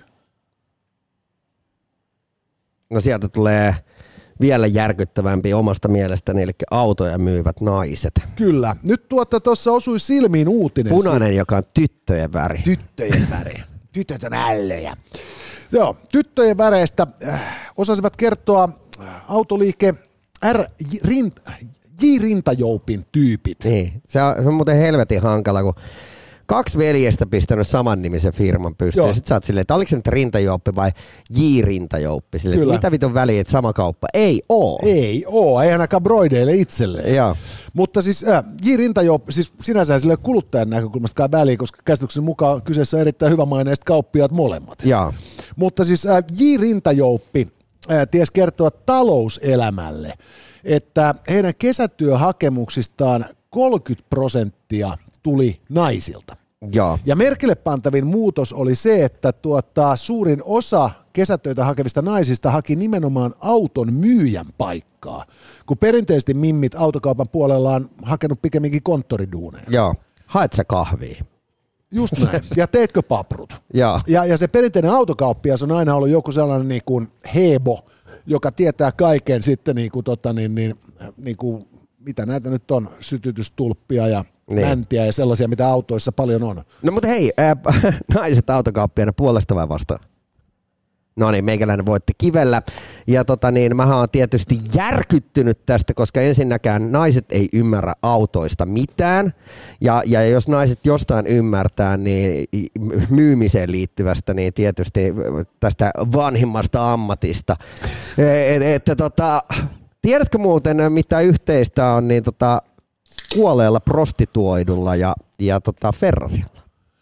Speaker 2: No sieltä tulee vielä järkyttävämpi omasta mielestäni, eli autoja myyvät naiset.
Speaker 1: Kyllä. Nyt tuossa tuota, osui silmiin uutinen.
Speaker 2: Punainen, joka on tyttöjen väri.
Speaker 1: Tyttöjen väri. Tytöt on ällöjä. Joo, tyttöjen väreistä äh, osasivat kertoa autoliike R. Rint, J. Rintajoupin tyypit.
Speaker 2: Niin, se on, se on muuten helvetin hankala, kun kaksi veljestä pistänyt saman nimisen firman pystyyn. Ja sit sä oot silleen, että oliko se nyt Rintajouppi vai J. Rintajouppi? Silleen, että mitä vitun väliä, että sama kauppa? Ei oo.
Speaker 1: Ei oo, ei ainakaan broideille itselleen.
Speaker 2: Joo.
Speaker 1: Mutta siis äh, J. Rintajouppi, siis sinänsä sille kuluttajan näkökulmasta väliä, koska käsityksen mukaan kyseessä on erittäin hyvämaineiset kauppiaat molemmat.
Speaker 2: Joo.
Speaker 1: Mutta siis äh, J. Rintajouppi äh, ties kertoa talouselämälle, että heidän kesätyöhakemuksistaan kolmekymmentä prosenttia tuli naisilta.
Speaker 2: Joo.
Speaker 1: Ja merkille pantavin muutos oli se, että tuota, suurin osa kesätöitä hakevista naisista haki nimenomaan auton myyjän paikkaa, kun perinteisesti mimmit autokaupan puolella on hakenut pikemminkin konttoriduuneja.
Speaker 2: Joo. Haet sä kahvia?
Speaker 1: Just näin. Ja teetkö paprut?
Speaker 2: Joo.
Speaker 1: Ja, ja se perinteinen autokauppias on aina ollut joku sellainen niin kuin hebo, joka tietää kaiken sitten niin kuin, tota, niin, niin, niin kuin, mitä näitä nyt on, sytytystulppia ja niin. mäntiä ja sellaisia, mitä autoissa paljon on.
Speaker 2: No mutta hei, ää, naiset autokauppiaana puolesta vai vastaan? No niin, meikäläinen voitte kivellä. Ja tota niin, mä oon tietysti järkyttynyt tästä, koska ensinnäkään naiset ei ymmärrä autoista mitään. Ja, ja jos naiset jostain ymmärtää, niin myymiseen liittyvästä, niin tietysti tästä vanhimmasta ammatista. Että et, tota, tiedätkö muuten, mitä yhteistä on niin tota, kuolleella prostituoidulla ja, ja tota Ferrarilla?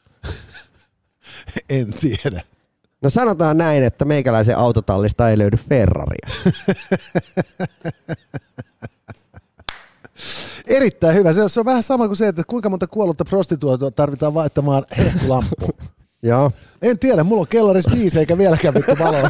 Speaker 1: En tiedä.
Speaker 2: No sanotaan näin, että meikäläisen autotallista ei löydy Ferraria.
Speaker 1: Erittäin hyvä. Se on vähän sama kuin se, että kuinka monta kuollutta prostituoitua tarvitaan vaihtamaan hehkulamppu.
Speaker 2: Joo.
Speaker 1: En tiedä, mulla on kellarissa viisi eikä vieläkään vittu valoa.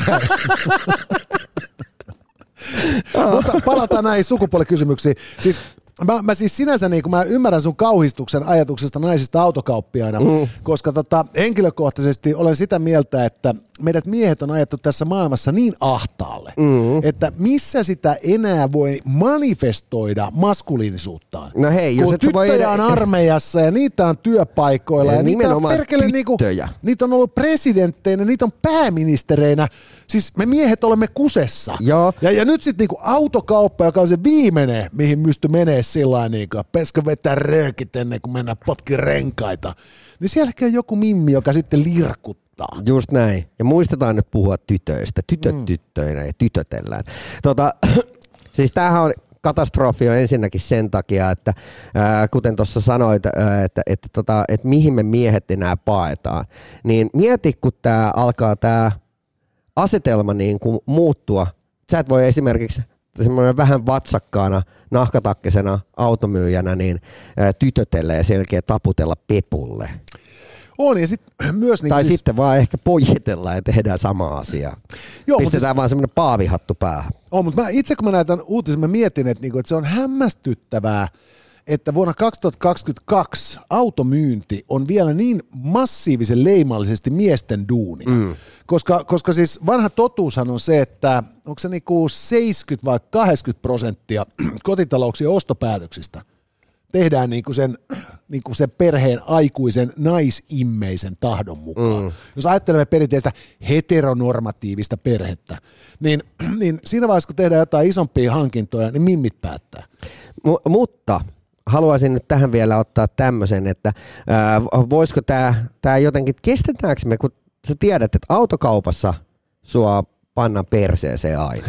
Speaker 1: Mutta palataan näihin sukupuolikysymyksiin. Siis Mä, mä siis sinänsä niin kun mä ymmärrän sun kauhistuksen ajatuksesta naisista autokauppiaina, mm. koska tota, henkilökohtaisesti olen sitä mieltä, että meidät miehet on ajettu tässä maailmassa niin ahtaalle, mm. että missä sitä enää voi manifestoida maskuliinisuuttaan.
Speaker 2: No hei, jos
Speaker 1: kun
Speaker 2: et
Speaker 1: tyttöjä
Speaker 2: voi...
Speaker 1: on armeijassa ja niitä on työpaikoilla ja, ja niitä on perkele niinku, niitä on ollut presidentteinä, niitä on pääministereinä. Siis me miehet olemme kusessa.
Speaker 2: Joo.
Speaker 1: Ja, ja nyt sitten niinku autokauppa, joka on se viimeinen, mihin pysty menee sillä niinku, peskö vetää röökit ennen kuin mennään potkin renkaita, niin sielläkin on joku mimmi, joka sitten lirkuttaa.
Speaker 2: Just näin. Ja muistetaan nyt puhua tytöistä. Tytöt mm. tyttöinä ja tytötellään. Tota, siis tämähän on katastrofi on ensinnäkin sen takia, että ää, kuten tuossa sanoit, ää, että, että, tota, että mihin me miehet enää paetaan, niin mieti, kun tämä alkaa tämä asetelma niin kuin muuttua. Sä et voi esimerkiksi semmoinen vähän vatsakkaana, nahkatakkisena automyyjänä niin ää, tytötellä ja selkeä taputella pepulle.
Speaker 1: On, ja sit myös... Niin
Speaker 2: tai
Speaker 1: siis...
Speaker 2: sitten vaan ehkä pojitella ja tehdään samaa asiaa. Joo, pistetään siis... vaan semmoinen paavihattu päähän.
Speaker 1: On, mutta mä, itse kun mä näytän uutisen, mä mietin, että, niinku, että se on hämmästyttävää, että vuonna kaksituhattakaksikymmentäkaksi automyynti on vielä niin massiivisen leimallisesti miesten duuni. Mm. Koska, koska siis vanha totuushan on se, että onko se niinku seitsemänkymmentä vai kahdeksankymmentä prosenttia kotitalouksien ostopäätöksistä tehdään niinku sen, niinku sen perheen aikuisen naisimmeisen tahdon mukaan. Mm. Jos ajattelemme perinteistä heteronormatiivista perhettä, niin, niin siinä vaiheessa, kun tehdään jotain isompia hankintoja, niin mimmit päättää.
Speaker 2: M- mutta haluaisin nyt tähän vielä ottaa tämmöisen, että ää, voisiko tämä tää jotenkin, kestetäänkö me, kun sä tiedät, että autokaupassa sua pannaan perseeseen aina,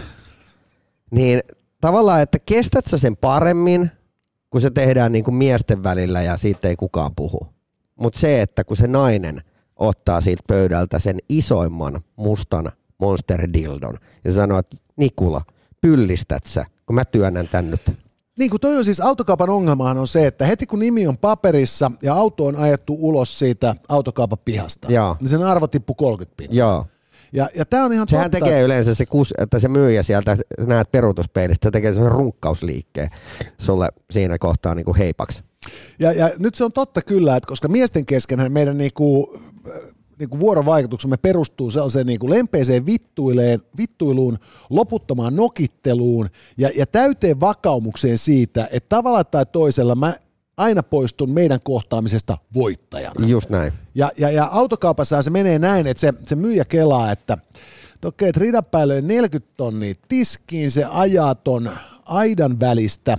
Speaker 2: niin tavallaan, että kestät sä sen paremmin, kun se tehdään niin kuin miesten välillä ja siitä ei kukaan puhu. Mutta se, että kun se nainen ottaa siitä pöydältä sen isoimman mustan monsterdildon ja sanoo, että Nikula, pyllistät sä, kun mä työnnän tän nyt.
Speaker 1: Niin kuin toi on siis autokaupan ongelmahan on se, että heti kun nimi on paperissa ja auto on ajettu ulos siitä autokaupan pihasta, Jaa. niin sen arvo tippuu kolmekymmentä pintaa.
Speaker 2: Joo.
Speaker 1: Ja, ja tää on ihan
Speaker 2: Sehän
Speaker 1: totta.
Speaker 2: tekee yleensä se, kus, että se myyjä sieltä, näet peruutuspeilistä, se tekee sen runkkausliikkeen sulle siinä kohtaa niin kuin heipaksi.
Speaker 1: Ja, ja nyt se on totta kyllä, että koska miesten keskenhän meidän niinku, niinku vuorovaikutuksemme perustuu sellaiseen niinku lempeiseen vittuileen, vittuiluun, loputtomaan nokitteluun ja, ja täyteen vakaumukseen siitä, että tavalla tai toisella mä aina poistun meidän kohtaamisesta voittajana.
Speaker 2: Just näin.
Speaker 1: Ja, ja, ja autokaupassa se menee näin, että se, se myyjä kelaa, että Okei, että ridan päälle neljäkymmentä tonnia tiskiin, se ajaa ton aidan välistä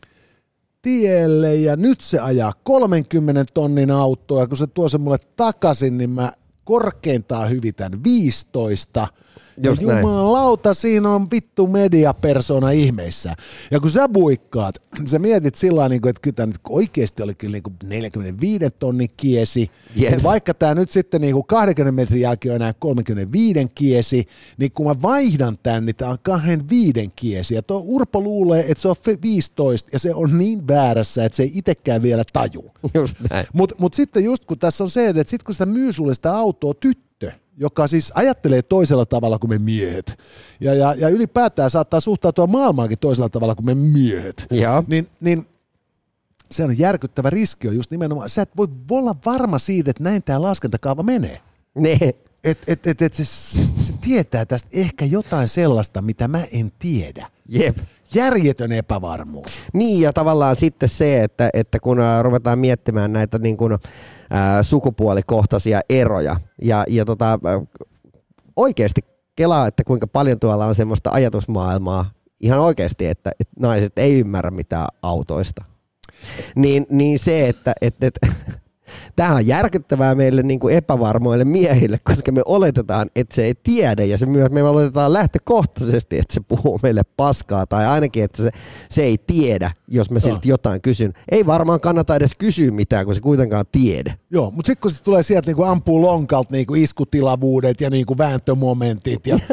Speaker 1: tielle ja nyt se ajaa kolmenkymmenen tonnin autoa ja kun se tuo se mulle takaisin, niin mä korkeintaan hyvitän viisitoista. Ja jumalauta, siinä on vittu mediapersona ihmeissä. Ja kun sä buikkaat, sä mietit sillä tavalla, että kyllä tämä nyt oikeasti oli kyllä neljäkymmentäviisi tonnin kiesi. Yes. Vaikka tämä nyt sitten kaksikymmentä metrin jälkeen on enää kolmekymmentäviisi kiesi, niin kun mä vaihdan tän, niin tämä on kaksikymmentäviisi kiesi. Ja tuo Urpo luulee, että se on viisitoista ja se on niin väärässä, että se ei itsekään vielä taju.
Speaker 2: Just näin.
Speaker 1: Mutta mut sitten just kun tässä on se, että sit kun sitä myy sulle sitä autoa tyttö, joka siis ajattelee toisella tavalla kuin me miehet, ja, ja, ja ylipäätään saattaa suhtautua maailmaankin toisella tavalla kuin me miehet, niin, niin se on järkyttävä riski on just nimenomaan, sä et voi olla varma siitä, että näin tämä laskentakaava menee.
Speaker 2: Ne.
Speaker 1: Että et, et, et se, se tietää tästä ehkä jotain sellaista, mitä mä en tiedä.
Speaker 2: Jep.
Speaker 1: Järjetön epävarmuus.
Speaker 2: Niin, ja tavallaan sitten se, että, että kun ruvetaan miettimään näitä niin kuin, ää, sukupuolikohtaisia eroja, ja, ja tota, oikeasti kelaa, että kuinka paljon tuolla on semmoista ajatusmaailmaa, ihan oikeasti, että, että naiset ei ymmärrä mitään autoista. Niin, niin se, että... että, että tämä on järkyttävää meille niin kuin epävarmoille miehille, koska me oletetaan, että se ei tiedä ja se myös me oletetaan lähtökohtaisesti, että se puhuu meille paskaa tai ainakin, että se, se ei tiedä, jos mä siltä jotain kysyn. Ei varmaan kannata edes kysyä mitään, kun se kuitenkaan tiedä. Joo, mutta sitten kun se tulee sieltä niin kuin ampuu lonkalta niin kuin iskutilavuudet ja niin kuin vääntömomentit ja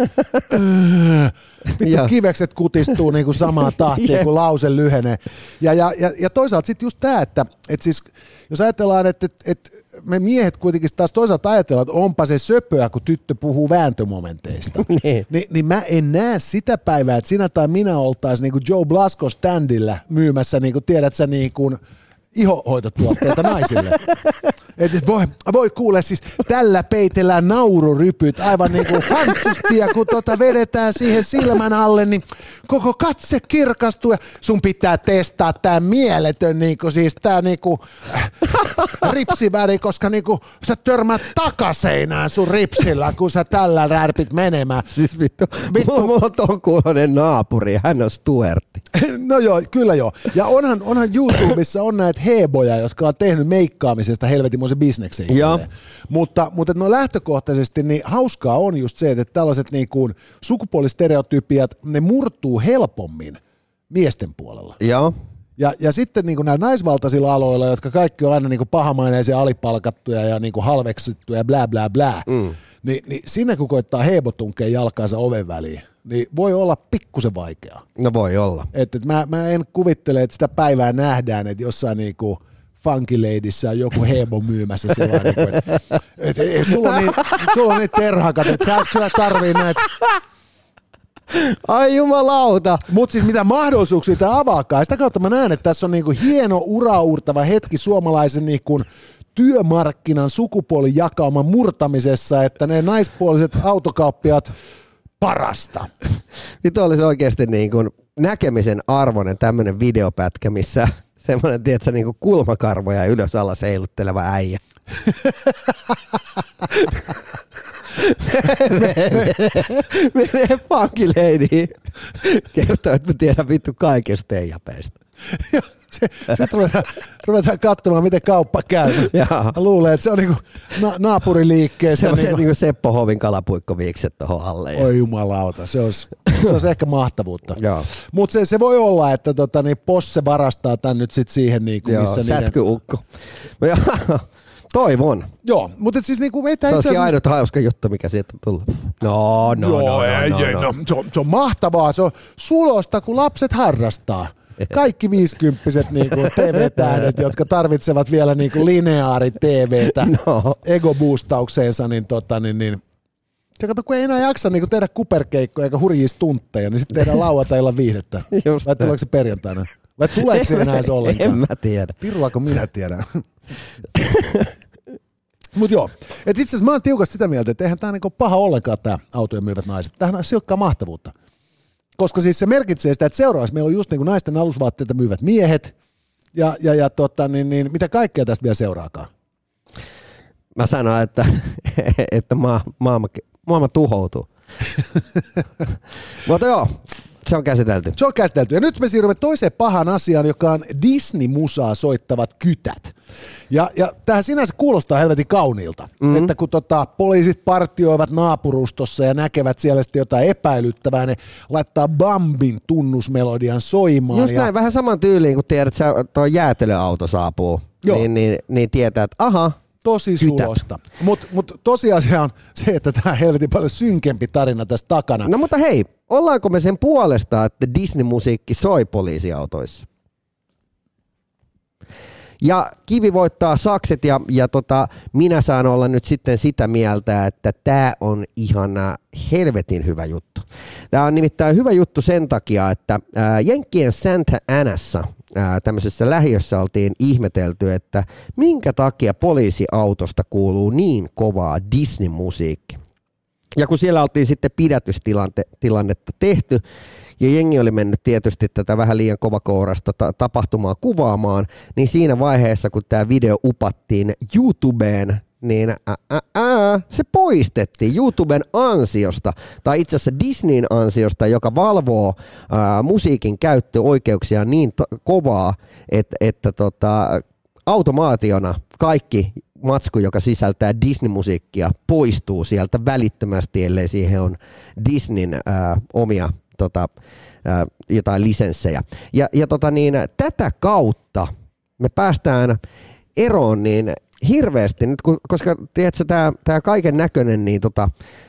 Speaker 2: vittu kivekset kutistuu niin kuin samaan tahtiin, yeah. kun lause lyhenee. Ja, ja, ja, ja toisaalta sitten just tämä, että, että siis, jos ajatellaan, että, että, että me miehet kuitenkin taas toisaalta ajatellaan, että onpa se söpöä, kun tyttö puhuu vääntömomenteista, niin. Ni, niin mä en näe sitä päivää, että sinä tai minä oltaisiin niin kuin Joe Blasco standilla myymässä, niin kuin tiedät sä, niin kuin ihohoitotuotteita naisille. Et, et voi, voi kuule, siis tällä peitellään naururypyt aivan niin kuin fantastia, kun tota vedetään siihen silmän alle, niin koko katse kirkastuu ja sun pitää testaa tää mieletön niin kuin, siis tää niin kuin, äh, ripsiväri, koska niin kuin, sä törmät takaseinään sun ripsillä, kun sä tällä rärpit menemään. Siis vittu, vittu. Mulla on ton kuuloinen naapuri, hän on Stuartti.
Speaker 1: No joo, kyllä joo. Ja onhan, onhan YouTubessa on näitä heboja, jotka on tehnyt meikkaamisesta helvetimoisen bisneksen. Mutta, mutta no lähtökohtaisesti niin hauskaa on just se, että tällaiset niin kuin sukupuolistereotypiat, ne murtuu helpommin miesten puolella.
Speaker 2: Joo.
Speaker 1: Ja, ja sitten niin kuin näillä naisvaltaisilla aloilla, jotka kaikki on aina niin kuin pahamaineisia, alipalkattuja ja niin kuin halveksittuja ja blää blää blää, mm. niin, niin sinne kun koittaa hebotunkeen jalkaansa oven väliin, niin voi olla pikkusen vaikeaa.
Speaker 2: No voi olla.
Speaker 1: Et, et mä, mä en kuvittele, että sitä päivää nähdään, että jossain niinku Funky Ladyssä on joku hebo myymässä sillä niinku, että et, et, sulla on niin, sulla on niin terhakat, että sä et kyllä tarvii näitä.
Speaker 2: Ai jumalauta.
Speaker 1: Mutta siis mitä mahdollisuuksia tämä avaakaan. Sitä kautta mä näen, että tässä on niinku hieno uraurtava hetki suomalaisen niinku työmarkkinan sukupuolijakauman murtamisessa, että ne naispuoliset autokauppiat parasta.
Speaker 2: Nyt olisi oikeasti niin kuin näkemisen arvoinen tämmöinen videopätkä, missä semmoinen, tiedätkö, niin kuin kulmakarvoja ylös alas heilutteleva äijä. Menee Funky Lady. Kertoo, että mä tiedän vittu kaikesta teijapeista.
Speaker 1: Sitten ruvetaan, ruvetaan katsomaan, miten kauppa käy. Luulee, että se on niinku na- naapuriliikkeessä.
Speaker 2: Se on niinku... niinku Seppo Hovin kalapuikkoviikset tuohon alle.
Speaker 1: Oi jumalauta, se olisi, se olisi ehkä mahtavuutta. Mutta se, se voi olla, että tota, niin Posse varastaa tän nyt sit siihen, niinku,
Speaker 2: joo,
Speaker 1: missä niiden...
Speaker 2: sätkyukko. Toivon.
Speaker 1: Joo, mutta siis niinku... Ei,
Speaker 2: se olisikin asiassa... ainut hauska juttu, mikä sieltä tullut. No, no,
Speaker 1: joo,
Speaker 2: no,
Speaker 1: ei,
Speaker 2: no,
Speaker 1: ei,
Speaker 2: no,
Speaker 1: no. no. Se, on, se on mahtavaa, se on sulosta, kun lapset harrastaa. Kaikki viisikymppiset niinku T V-tähdet, jotka tarvitsevat vielä niinku lineaari-T V:tä no. ego-boostaukseensa, niin, tota, niin, niin se kato, kun ei enää jaksa niinku tehdä kuperkeikkoja eikä hurjia stuntteja, niin sitten tehdään lauantailla viihdettä. Just vai tuleeko se perjantaina? Vai tuleeko se enää se ollenkaan?
Speaker 2: En mä tiedä.
Speaker 1: Piruako minä tiedän? Mut joo, et itse asiassa mä oon tiukasti sitä mieltä, että eihän tää niinku paha ollenkaan tää autojen myyvät naiset. Tämähän on silkkaa mahtavuutta. Koska siis se merkitsee sitä, että seuraavaksi meillä on just niin kuin naisten alusvaatteita myyvät miehet, ja, ja, ja tota, niin, niin, mitä kaikkea tästä vielä seuraakaan?
Speaker 2: Mä sanon, että, että maa, maailma, maailma tuhoutuu. Mutta joo, se on käsitelty.
Speaker 1: Se on käsitelty. Ja nyt me siirrymme toiseen pahan asiaan, joka on Disney-musaa soittavat kytät. Ja, ja tämähän sinänsä kuulostaa helvetin kauniilta, mm-hmm. että kun tota, poliisit partioivat naapurustossa ja näkevät siellä sitten jotain epäilyttävää, ne laittaa Bambin tunnusmelodian soimaan.
Speaker 2: Just
Speaker 1: ja...
Speaker 2: näin, vähän saman tyyliin, kun tiedät, että tuo jäätelöauto saapuu, niin, niin, niin tietää, että aha,
Speaker 1: tosi sulosta. Mutta mut tosiasia on se, että tämä on helvetin paljon synkempi tarina tässä takana.
Speaker 2: No mutta hei, ollaanko me sen puolesta, että Disney-musiikki soi poliisiautoissa? Ja Kivi voittaa sakset ja, ja tota, minä saan olla nyt sitten sitä mieltä, että tämä on ihan helvetin hyvä juttu. Tämä on nimittäin hyvä juttu sen takia, että ää, Jenkkien Santa Anassa ää, tämmöisessä lähiössä oltiin ihmetelty, että minkä takia poliisiautosta kuuluu niin kovaa Disney-musiikki. Ja kun siellä oltiin sitten pidätystilannetta tehty, ja jengi oli mennyt tietysti tätä vähän liian kovakourasta ta- tapahtumaa kuvaamaan, niin siinä vaiheessa, kun tämä video upattiin YouTubeen, niin ää, ää, ää, se poistettiin YouTuben ansiosta, tai itse asiassa Disneyn ansiosta, joka valvoo ää, musiikin käyttöoikeuksia niin to- kovaa, että, että tota, automaationa kaikki matsku, joka sisältää Disney-musiikkia, poistuu sieltä välittömästi, ellei siihen on Disneyn ää, omia tota, ää, jotain lisenssejä. Ja, ja tota niin, tätä kautta me päästään eroon niin hirveästi, nyt, koska tiedätkö, tämä, tämä kaiken näköinen, niin tota,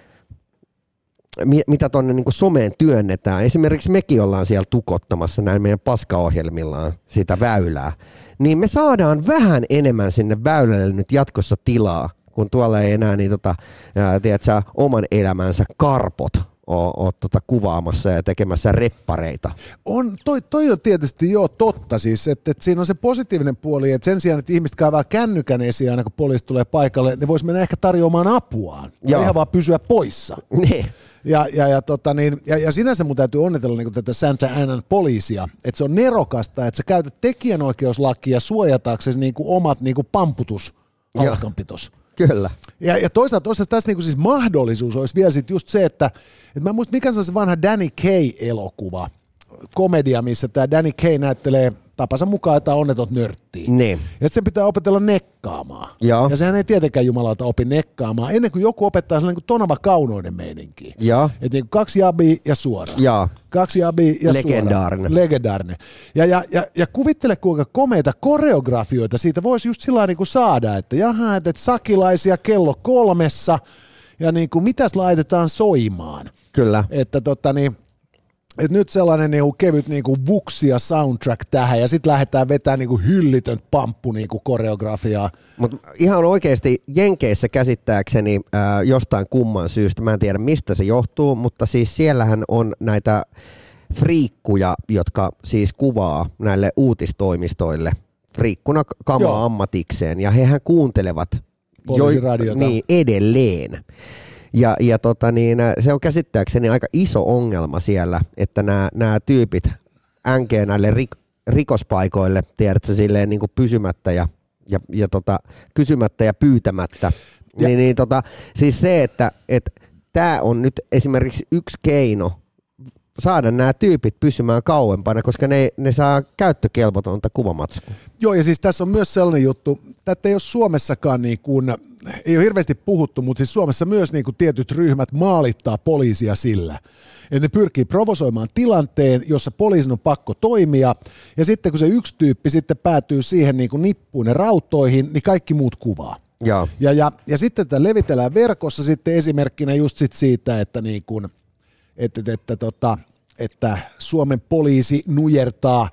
Speaker 2: mitä tuonne niin someen työnnetään. Esimerkiksi mekin ollaan siellä tukottamassa näin meidän paskaohjelmillaan sitä väylää. Niin me saadaan vähän enemmän sinne väylälle nyt jatkossa tilaa, kun tuolla ei enää niin tota, ää, tiedätkö, oman elämänsä karpot ole, ole tota, kuvaamassa ja tekemässä reppareita.
Speaker 1: On, toi, toi on tietysti jo totta siis, että, että siinä on se positiivinen puoli, että sen sijaan, että ihmiset kaivaa kännykän esiin aina kun poliisi tulee paikalle, ne vois mennä ehkä tarjoamaan apuaan, ihan vaan pysyä poissa.
Speaker 2: Niin.
Speaker 1: Ja, ja, ja, tota niin, ja, ja sinänsä mun täytyy onnitella niin tätä Santa Anan poliisia, että se on nerokasta, että sä käytät tekijänoikeuslakia suojataksesi niin omat niin pamputushalkanpitos.
Speaker 2: Kyllä.
Speaker 1: Ja, ja toisaalta, toisaalta tässä niin siis mahdollisuus olisi vielä sit just se, että, että mä en muista mikä se on se vanha Danny Kaye-elokuva, komedia, missä tämä Danny Kaye näyttelee tapansa mukaan jotain onnetot nörttiä.
Speaker 2: Niin.
Speaker 1: Ja sen pitää opetella nekkaamaan.
Speaker 2: Joo.
Speaker 1: Ja sehän ei tietenkään jumalauta opi nekkaamaan, ennen kuin joku opettaa sellainen kuin Tonava Kaunoinen meininki.
Speaker 2: Joo.
Speaker 1: Että niin kaksi jabia ja suora.
Speaker 2: Joo.
Speaker 1: Kaksi jabia ja
Speaker 2: Legendaarinen.
Speaker 1: suora. Legendaarinen. Ja, ja, ja, ja kuvittele kuinka komeita koreografioita siitä voisi just sillä niin kuin saada, että jaha, että sakilaisia kello kolmessa ja niin kuin mitäs laitetaan soimaan.
Speaker 2: Kyllä.
Speaker 1: Että tota niin, et nyt sellainen niinku kevyt niinku vuksia soundtrack tähän ja sitten lähdetään vetämään niinku hyllitön pamppu niinku koreografiaa.
Speaker 2: Mutta ihan oikeasti Jenkeissä käsittääkseni ää, jostain kumman syystä, mä en tiedä mistä se johtuu, mutta siis siellähän on näitä friikkuja, jotka siis kuvaa näille uutistoimistoille friikkuna kamaa Joo. ammatikseen ja hehän kuuntelevat jo, niin, edelleen. Ja, ja tota niin, se on käsittääkseni aika iso ongelma siellä, että nämä, nämä tyypit änkee näille rik, rikospaikoille, tiedätkö, silleen niin kuin pysymättä ja, ja, ja tota, kysymättä ja pyytämättä. Ja. Niin, niin tota, siis se, että et, tämä on nyt esimerkiksi yksi keino saada nämä tyypit pysymään kauempana, koska ne, ne saa käyttökelvotonta kuvamatskua.
Speaker 1: Joo, ja siis tässä on myös sellainen juttu, että ei ole Suomessakaan niin kuin, ei ole hirveästi puhuttu, mutta siis Suomessa myös niin kuin tietyt ryhmät maalittaa poliisia sillä, että ne pyrkii provosoimaan tilanteen, jossa poliisin on pakko toimia, ja sitten kun se yksi tyyppi sitten päätyy siihen niin kuin nippuun ja rautoihin, niin kaikki muut kuvaa.
Speaker 2: Ja,
Speaker 1: ja, ja, ja sitten tätä levitellään verkossa sitten esimerkkinä just sit siitä, että niin kuin Että, että, että, että, että Suomen poliisi nujertaa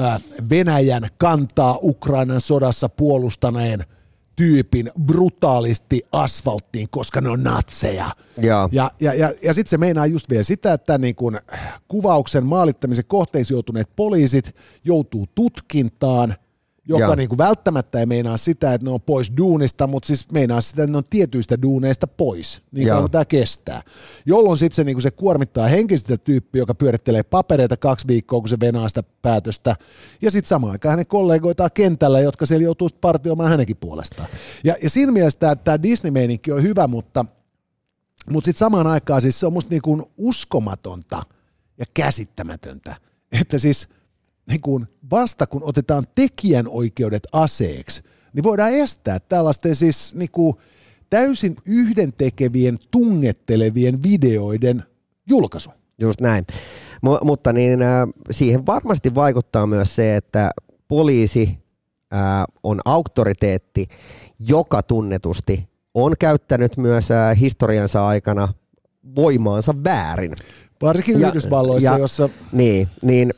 Speaker 1: Venäjän kantaa Ukrainan sodassa puolustaneen tyypin brutaalisti asfalttiin, koska ne on natseja.
Speaker 2: Ja,
Speaker 1: ja, ja, ja, ja sitten se meinaa just vielä sitä, että niin kun kuvauksen maalittamisen kohteisiin joutuneet poliisit joutuu tutkintaan, joka niin kuin välttämättä ei meinaa sitä, että ne on pois duunista, mutta siis meinaa sitä, että ne on tietyistä duuneista pois, niin kauan kuin tämä kestää. Jolloin sitten se, niin kuin se kuormittaa henkisesti tyyppiä, joka pyörittelee papereita kaksi viikkoa, kun se venaa sitä päätöstä, ja sitten samaan aikaan hänen kollegoitaan kentällä, jotka siellä joutuu partioimaan hänenkin puolestaan. Ja, ja siinä mielessä tämä Disney-meininki on hyvä, mutta Mutta sitten samaan aikaan siis se on musta niinku uskomatonta ja käsittämätöntä, että siis niinku vasta kun otetaan tekijänoikeudet aseeksi, niin voidaan estää tällaisten siis niinku täysin yhdentekevien, tungettelevien videoiden julkaisu.
Speaker 2: Just näin. M- mutta niin, äh, siihen varmasti vaikuttaa myös se, että poliisi äh, on auktoriteetti, joka tunnetusti on käyttänyt myös äh, historiansa aikana voimaansa väärin.
Speaker 1: Varsinkin ja, Yhdysvalloissa, ja, jossa...
Speaker 2: Niin, niin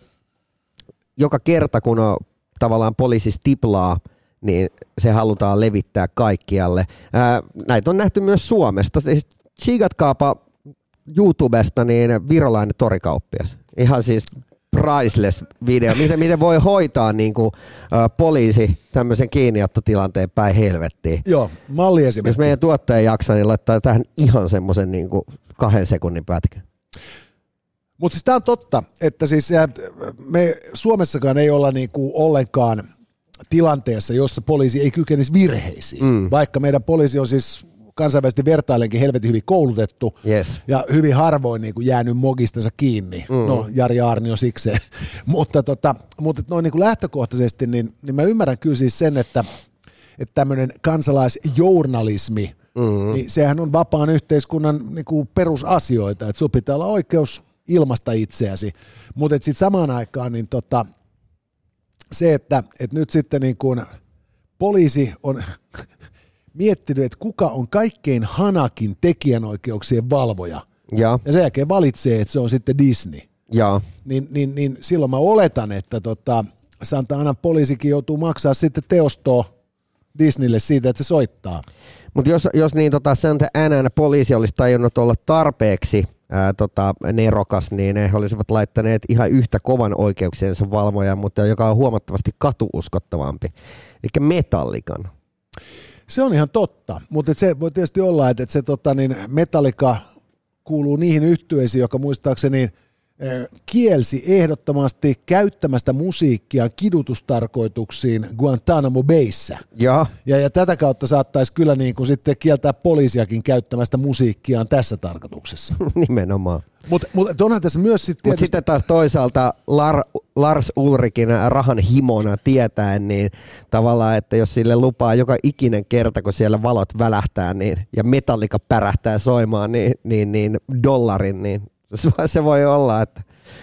Speaker 2: joka kerta kun on, tavallaan poliisi stiplaa, niin se halutaan levittää kaikkialle. Ää, näitä on nähty myös Suomesta. Siis tsiigatkaapa YouTubesta niin virolainen torikauppias. Ihan siis priceless video. Miten, miten voi hoitaa niin kuin, ä, poliisi tämmöisen kiinniottotilanteen päin helvettiin.
Speaker 1: Joo, malli esimerkki.
Speaker 2: Jos meidän tuottaja jaksaa, niin laittaa tähän ihan semmoisen niin kuin kahden sekunnin pätkän.
Speaker 1: Mutta siis tämä on totta, että siis me Suomessakaan ei olla niinku ollenkaan tilanteessa, jossa poliisi ei kykenisi virheisiin, mm. vaikka meidän poliisi on siis kansainvälisesti vertailenkin helvetin hyvin koulutettu
Speaker 2: yes.
Speaker 1: ja hyvin harvoin niinku jäänyt mogistansa kiinni. Mm. No, Jari Aarnio sikseen. mutta tota, mutta noin niinku lähtökohtaisesti, niin, niin mä ymmärrän kyllä siis sen, että että tämmöinen kansalaisjournalismi, mm. niin sehän on vapaan yhteiskunnan niinku perusasioita, että sun pitää olla oikeus ilmaista itseäsi, mutta sitten samaan aikaan niin tota, se, että et nyt sitten niin kun poliisi on miettinyt, että kuka on kaikkein hanakin tekijänoikeuksien valvoja,
Speaker 2: ja,
Speaker 1: ja sen jälkeen valitsee, että se on sitten Disney,
Speaker 2: ja.
Speaker 1: Niin, niin, niin silloin mä oletan, että tota, Santa Anan poliisikin joutuu maksaa sitten teostoa Disneylle siitä, että se soittaa.
Speaker 2: Mutta jos, jos niin tota Santa Anan poliisi olisi tajunnut olla tarpeeksi Ää, tota, nerokas, niin he olisivat laittaneet ihan yhtä kovan oikeuksiensa valvoja, mutta joka on huomattavasti katuuskottavampi. Eli Metallican.
Speaker 1: Se on ihan totta, mutta se voi tietysti olla, että se tota, niin Metallica kuuluu niihin yhtyeisiin, joka muistaakseni kielsi ehdottomasti käyttämästä musiikkia kidutustarkoituksiin Guantanamo Bayssä.
Speaker 2: Ja,
Speaker 1: ja, ja tätä kautta saattaisi kyllä niin kuin sitten kieltää poliisiakin käyttämästä musiikkiaan tässä tarkoituksessa.
Speaker 2: Nimenomaan.
Speaker 1: Mutta mut onhan tässä myös sitten
Speaker 2: tietysti... Mutta sitten taas toisaalta Lar, Lars Ulrikin rahan himona tietäen, niin tavallaan, että jos sille lupaa joka ikinen kerta, kun siellä valot välähtää niin, ja Metallica pärähtää soimaan, niin, niin, niin dollarin, niin se voi olla, että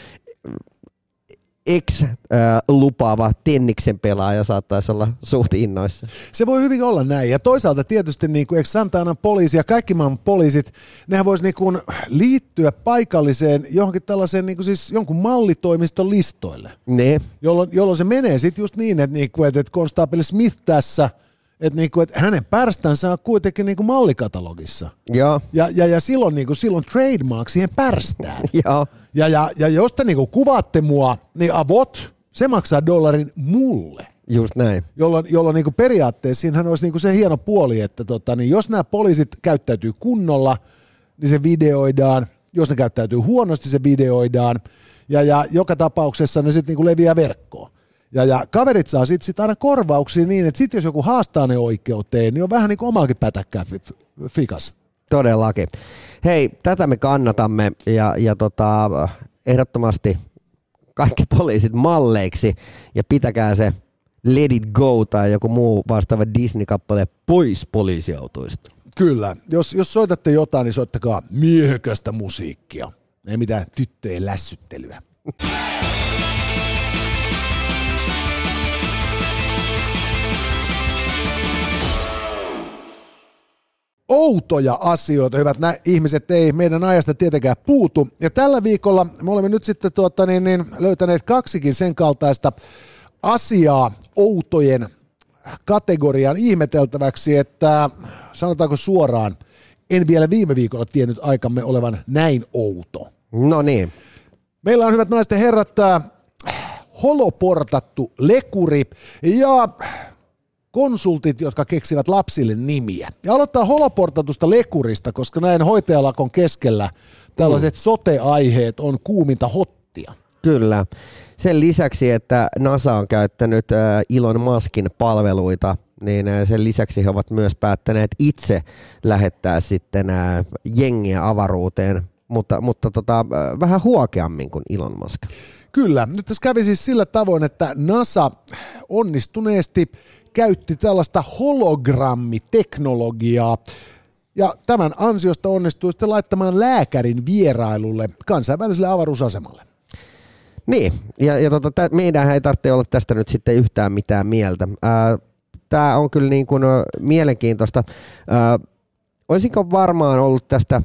Speaker 2: ex-lupaava Tenniksen pelaaja saattaisi olla suht innoissa.
Speaker 1: Se voi hyvin olla näin. Ja toisaalta tietysti niin kuin, eikö Santa Anan poliisi ja kaikki maailman poliisit, nehän voisi niin kuin liittyä paikalliseen johonkin tällaiseen niin kuin siis jonkun mallitoimiston listoille.
Speaker 2: Ne.
Speaker 1: Jolloin, jolloin se menee sitten just niin, että, niin kuin, että, että konstaapeli Smith tässä, että, niin kuin, että hänen pärstänsä on kuitenkin niin kuin mallikatalogissa.
Speaker 2: Ja,
Speaker 1: ja, ja, ja silloin, niin kuin, silloin trademark siihen pärstään.
Speaker 2: Ja,
Speaker 1: ja, ja, ja jos te niin kuin kuvaatte mua, niin avot, se maksaa dollarin mulle.
Speaker 2: Just näin.
Speaker 1: Jolloin, jolloin niin kuin periaatteessa siinähän olisi niin kuin se hieno puoli, että tota, niin jos nämä poliisit käyttäytyy kunnolla, niin se videoidaan. Jos ne käyttäytyy huonosti, se videoidaan. Ja, ja joka tapauksessa ne sitten niin kuin leviää verkkoon. Ja, ja kaverit saa sitten sit aina korvauksia niin, että sitten jos joku haastaa ne oikeuteen, niin on vähän niin kuin omaakin pätäkkää fikas.
Speaker 2: Todellakin. Hei, tätä me kannatamme ja, ja tota, ehdottomasti kaikki poliisit malleiksi ja pitäkää se Let It Go tai joku muu vastaava Disney-kappale pois poliisiautoista.
Speaker 1: Kyllä. Jos, jos soitatte jotain, niin soittakaa miehekästä musiikkia. Ei mitään tyttöjen lässyttelyä. Outoja asioita, hyvät nä- ihmiset, ei meidän ajasta tietenkään puutu. Ja tällä viikolla me olemme nyt sitten tuota, niin, niin, löytäneet kaksikin sen kaltaista asiaa outojen kategorian ihmeteltäväksi, että sanotaanko suoraan, en vielä viime viikolla tiennyt aikamme olevan näin outo.
Speaker 2: No niin.
Speaker 1: Meillä on, hyvät naiset ja herrat, tämä holoportattu lekuri ja konsultit, jotka keksivät lapsille nimiä. Ja aloittaa holoportatusta lekurista, koska näin hoitajalakon keskellä tällaiset mm. sote-aiheet on kuuminta hottia.
Speaker 2: Kyllä. Sen lisäksi, että NASA on käyttänyt Elon Muskin palveluita, niin sen lisäksi he ovat myös päättäneet itse lähettää sitten jengiä avaruuteen, mutta, mutta tota, vähän huokeammin kuin Elon Musk.
Speaker 1: Kyllä. Nyt tässä kävi siis sillä tavoin, että NASA onnistuneesti käytti tällaista hologrammiteknologiaa, ja tämän ansiosta onnistui sitten laittamaan lääkärin vierailulle kansainväliselle avaruusasemalle.
Speaker 2: Niin, ja, ja tota, meidän ei tarvitse olla tästä nyt sitten yhtään mitään mieltä. Tämä on kyllä niin kuin mielenkiintoista. Ää, olisinko varmaan ollut tästä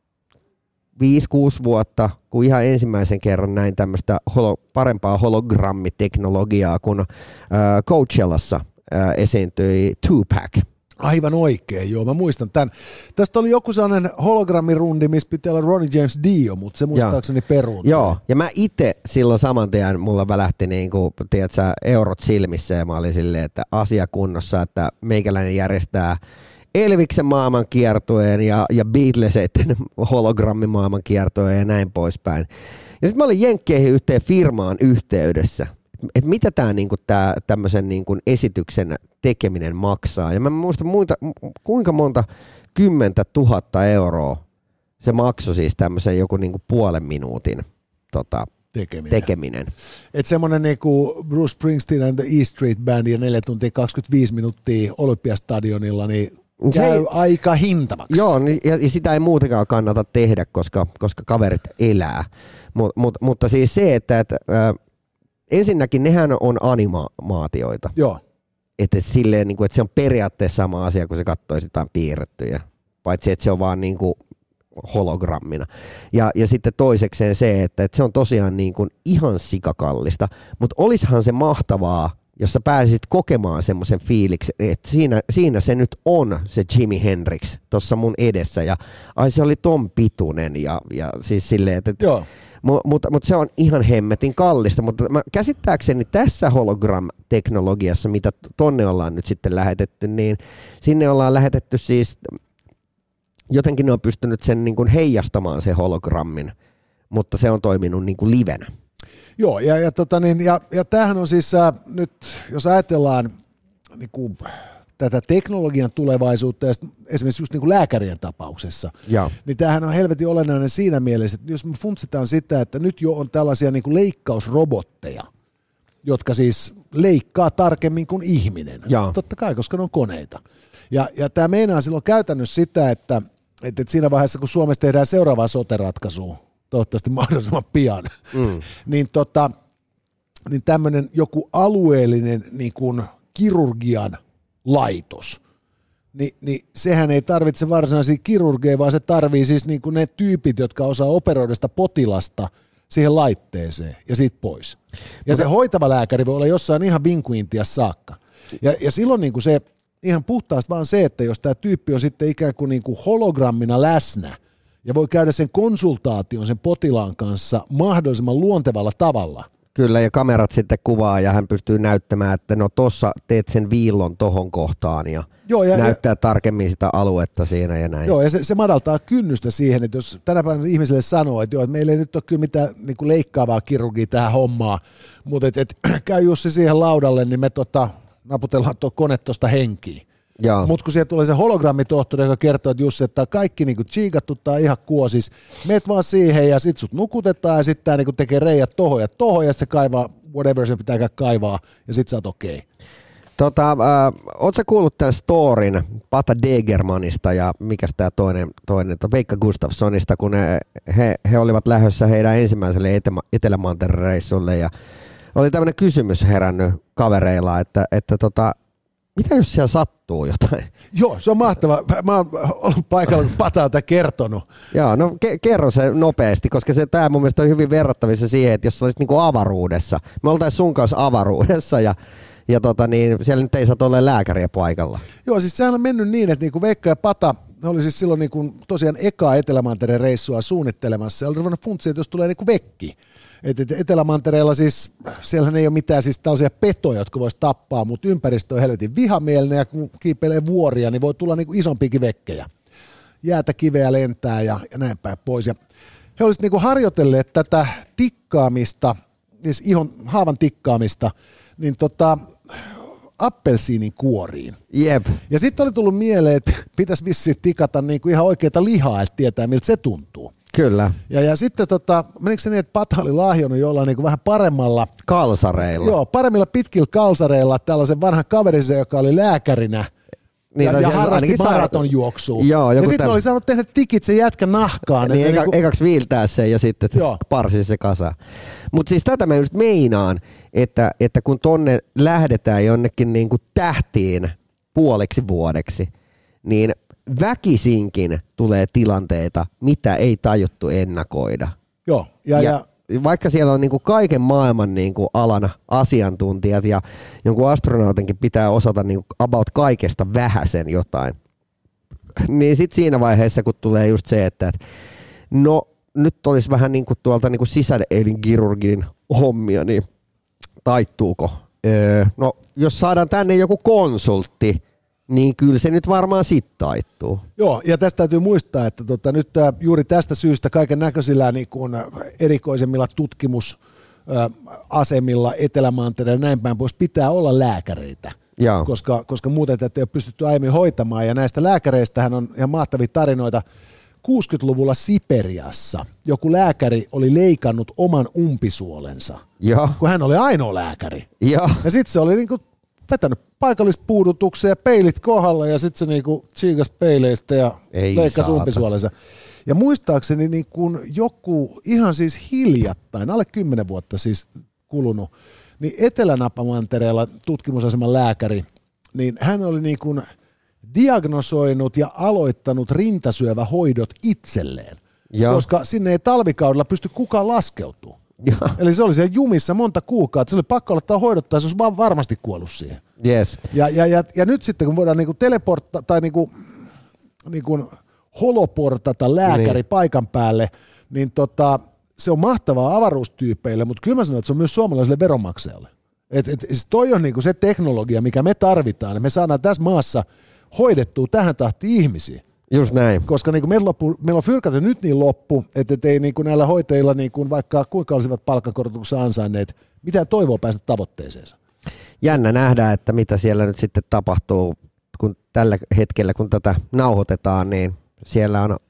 Speaker 2: viisi kuusi vuotta, kun ihan ensimmäisen kerran näin tämmöistä holo, parempaa hologrammiteknologiaa, kun ää, Coachellassa ää, esiintyi Tupac.
Speaker 1: Aivan oikein, joo. Mä muistan tämän. Tästä oli joku sellainen hologrammirundi, missä pitää olla Ronnie James Dio, mutta se muistaakseni peruuntui.
Speaker 2: Joo, ja mä itse silloin saman tien mulla välähti niinku, tiedätkö, eurot silmissä ja mä olin silleen, että asia kunnossa, että meikäläinen järjestää Elviksen maailmankiertueen ja, ja Beatleseiden hologrammimaailman kiertueen ja näin poispäin. Ja sitten mä olin jenkkeihin yhteen firmaan yhteydessä, että mitä tämä niinku, tämmöisen niinku esityksen tekeminen maksaa. Ja mä muistan muita, kuinka monta kymmentä tuhatta euroa se maksoi siis tämmöisen joku niinku puolen minuutin tota, tekeminen. tekeminen.
Speaker 1: Että semmoinen niinku Bruce Springsteen and the E Street Band ja neljä tuntia kaksikymmentäviisi minuuttia Olympiastadionilla, niin käy se, aika hintavaksi.
Speaker 2: Joo, ja, ja sitä ei muutenkaan kannata tehdä, koska, koska kaverit elää. Mut, mut, mutta siis se, että et, äh, ensinnäkin nehän on animaatioita.
Speaker 1: Joo.
Speaker 2: Että silleen, niin kuin, että se on periaatteessa sama asia, kun se katsoo jotain piirrettyjä. Paitsi, että se on vaan niin kuin hologrammina. Ja, ja sitten toisekseen se, että, että se on tosiaan niin kuin ihan sikakallista. Mutta olisihan se mahtavaa, jos sä pääsisit kokemaan semmoisen fiiliksen, että siinä, siinä se nyt on se Jimi Hendrix tuossa mun edessä. Ja ai se oli ton pituinen ja, ja siis silleen, että...
Speaker 1: Joo.
Speaker 2: Mutta mut, mut se on ihan hemmetin kallista, mutta mä käsittääkseni tässä hologram-teknologiassa, mitä tonne ollaan nyt sitten lähetetty, niin sinne ollaan lähetetty siis, jotenkin ne on pystynyt sen niin kuin heijastamaan se hologrammin, mutta se on toiminut niin kuin livenä.
Speaker 1: Joo, ja, ja, tota niin, ja, ja tämähän on siis äh, nyt, jos ajatellaan niin kuin tätä teknologian tulevaisuutta ja esimerkiksi just niin kuin lääkärien tapauksessa,
Speaker 2: ja.
Speaker 1: niin tämähän on helvetin olennainen siinä mielessä, että jos me funtsitaan sitä, että nyt jo on tällaisia niin kuin leikkausrobotteja, jotka siis leikkaa tarkemmin kuin ihminen.
Speaker 2: Ja.
Speaker 1: Totta kai, koska ne on koneita. Ja, ja tämä meinaa silloin käytännössä sitä, että, että siinä vaiheessa, kun Suomessa tehdään seuraavaa sote-ratkaisua, toivottavasti mahdollisimman pian, mm. niin, tota, niin tämmöinen joku alueellinen niin kuin kirurgian laitos, Ni, niin sehän ei tarvitse varsinaisia kirurgeja, vaan se tarvii siis niin kuin ne tyypit, jotka osaa operoida sitä potilasta siihen laitteeseen ja siitä pois. Ja se hoitava lääkäri voi olla jossain ihan vinkuintiassa saakka. Ja, ja silloin niin kuin se ihan puhtaasti vaan se, että jos tämä tyyppi on sitten ikään kuin, niin kuin hologrammina läsnä ja voi käydä sen konsultaation sen potilaan kanssa mahdollisimman luontevalla tavalla.
Speaker 2: Kyllä, ja kamerat sitten kuvaa ja hän pystyy näyttämään, että no tossa teet sen viillon tohon kohtaan ja, joo, ja näyttää ja, tarkemmin sitä aluetta siinä ja näin.
Speaker 1: Joo, ja se, se madaltaa kynnystä siihen, että jos tänä päivänä ihmiselle sanoo, että joo, että meillä ei nyt ole kyllä mitään niin kuin leikkaavaa kirurgia tähän hommaan, mutta et, et, käy Jussi siihen laudalle, niin me tota, naputellaan tuo kone tuosta henkiin. Mutta kun sieltä tulee se hologrammitohtori, joka kertoo, että Jussi, että kaikki niinku tsiikattu tai ihan kuosis, meet vaan siihen ja sit sut nukutetaan ja sitten tää niinku tekee reijät tohon ja tohon ja se kaivaa whatever se pitääkään kaivaa ja sit sä oot okei. Okay.
Speaker 2: Tota, äh, oot sä kuullut tämän storin Pata Degermanista ja mikäs tää toinen, toinen Veikka Gustafssonista, kun he, he, he olivat lähdössä heidän ensimmäiselle Etelämantereen reissulle ja oli tämmöinen kysymys herännyt kavereilla, että, että tota, mitä jos siellä sattuu jotain?
Speaker 1: Joo, se on mahtavaa. Mä oon ollut paikalla, kun Pata on tämän kertonut.
Speaker 2: Joo, no ke- kerro se nopeasti, koska se tämä mun mielestä on hyvin verrattavissa siihen, että jos sä olisit niinku avaruudessa. Me oltaisiin sun kanssa avaruudessa ja, ja tota niin, siellä nyt ei saa olla lääkäriä paikalla. Joo, siis sehän on mennyt niin, että niinku Veikka ja Pata oli siis silloin niinku tosiaan ekaa Etelämantereen reissua suunnittelemassa. Ja oli ruvennut funtsia, että jos tulee niinku vekki. Et, et Etelämantereella siis, siellähän ei ole mitään siis tällaisia petoja, jotka voisi tappaa, mutta ympäristö on helvetin vihamielinen ja kun kiipeilee vuoria, niin voi tulla niinku isompiakin vekkejä. Jäätä kiveä lentää ja, ja näin päin pois. Ja
Speaker 1: he olisivat niinku harjoitelleet tätä tikkaamista, siis ihon haavan tikkaamista, niin tota, appelsiinin kuoriin.
Speaker 2: Jep.
Speaker 1: Ja sitten oli tullut mieleen, että pitäisi vissiin tikata niinku ihan oikeata lihaa, että tietää miltä se tuntuu.
Speaker 2: Kyllä.
Speaker 1: Ja, ja sitten tota, menikö se niin, että Pata oli lahjonnut jollain niinku vähän paremmalla
Speaker 2: kalsareilla.
Speaker 1: Joo, paremmilla pitkillä kalsareilla tällaisen vanhan kaverisen, joka oli lääkärinä. Niin, ja, ja harrasti maratonjuoksua.
Speaker 2: Joo,
Speaker 1: ja sitten oli saanut tehdä tikit sen jätkän nahkaan.
Speaker 2: Niin, eka,
Speaker 1: niinku...
Speaker 2: ekaksi viiltää sen ja sitten parsi se kasa. Mutta siis tätä mä just meinaan, että, että kun tonne lähdetään jonnekin niinku tähtiin puoleksi vuodeksi, niin väkisinkin tulee tilanteita, mitä ei tajuttu ennakoida.
Speaker 1: Joo, ja, ja,
Speaker 2: ja vaikka siellä on niinku kaiken maailman niinku alan asiantuntijat ja jonkun astronautinkin pitää osata niinku about kaikesta vähäsen jotain, niin sitten siinä vaiheessa, kun tulee just se, että no nyt olisi vähän niinku tuolta niinku sisäelinkirurgin hommia, niin taittuuko? Öö, no jos saadaan tänne joku konsultti, niin kyllä se nyt varmaan sit taittuu.
Speaker 1: Joo, ja tästä täytyy muistaa, että tota, nyt ä, juuri tästä syystä kaiken näköisillä niin kuin erikoisemmilla tutkimusasemilla Etelämantereella ja näin päin pois pitää olla lääkäreitä, koska, koska muuten tätä ei ole pystytty aiemmin hoitamaan. Ja näistä lääkäreistähän on ihan mahtavia tarinoita. kuusikymmentäluvulla Siperiassa joku lääkäri oli leikannut oman umpisuolensa,
Speaker 2: ja.
Speaker 1: kun hän oli ainoa lääkäri.
Speaker 2: Ja,
Speaker 1: ja sitten se oli niin kuin vetänyt paikallispuudutuksen ja peilit kohdalla ja sitten se niinku tsiikas peileistä ja leikkasi umpisuolensa. Ja muistaakseni niin kun joku ihan siis hiljattain, alle kymmenen vuotta siis kulunut, niin Etelänapamantereella tutkimusaseman lääkäri, niin hän oli niin kun diagnosoinut ja aloittanut rintasyövähoidot itselleen, ja. koska sinne ei talvikaudella pysty kukaan laskeutumaan. Ja. Eli se oli siellä jumissa monta kuukautta, se oli pakko aloittaa hoidottaa, se olisi vaan varmasti kuollut siihen.
Speaker 2: Yes.
Speaker 1: Ja, ja, ja, ja nyt sitten kun voidaan niinku teleportta tai niinku, niinku holoportata lääkäri niin. paikan päälle, niin tota, se on mahtavaa avaruustyypeille, mutta kyllä mä sanon, että se on myös suomalaiselle veronmaksajalle. Et, et, siis toi on niinku se teknologia, mikä me tarvitaan, ja me saadaan tässä maassa hoidettua tähän tahtiin ihmisiä.
Speaker 2: Just näin.
Speaker 1: Koska niinku meillä, loppu, meillä on fyrkattu nyt niin loppu, että et ei niinku näillä hoitajilla niinku vaikka kuinka olisivat palkkakorotuksen ansainneet, mitään toivoa päästä tavoitteeseensa.
Speaker 2: Jännä nähdä, että mitä siellä nyt sitten tapahtuu, kun tällä hetkellä kun tätä nauhoitetaan, niin siellä on,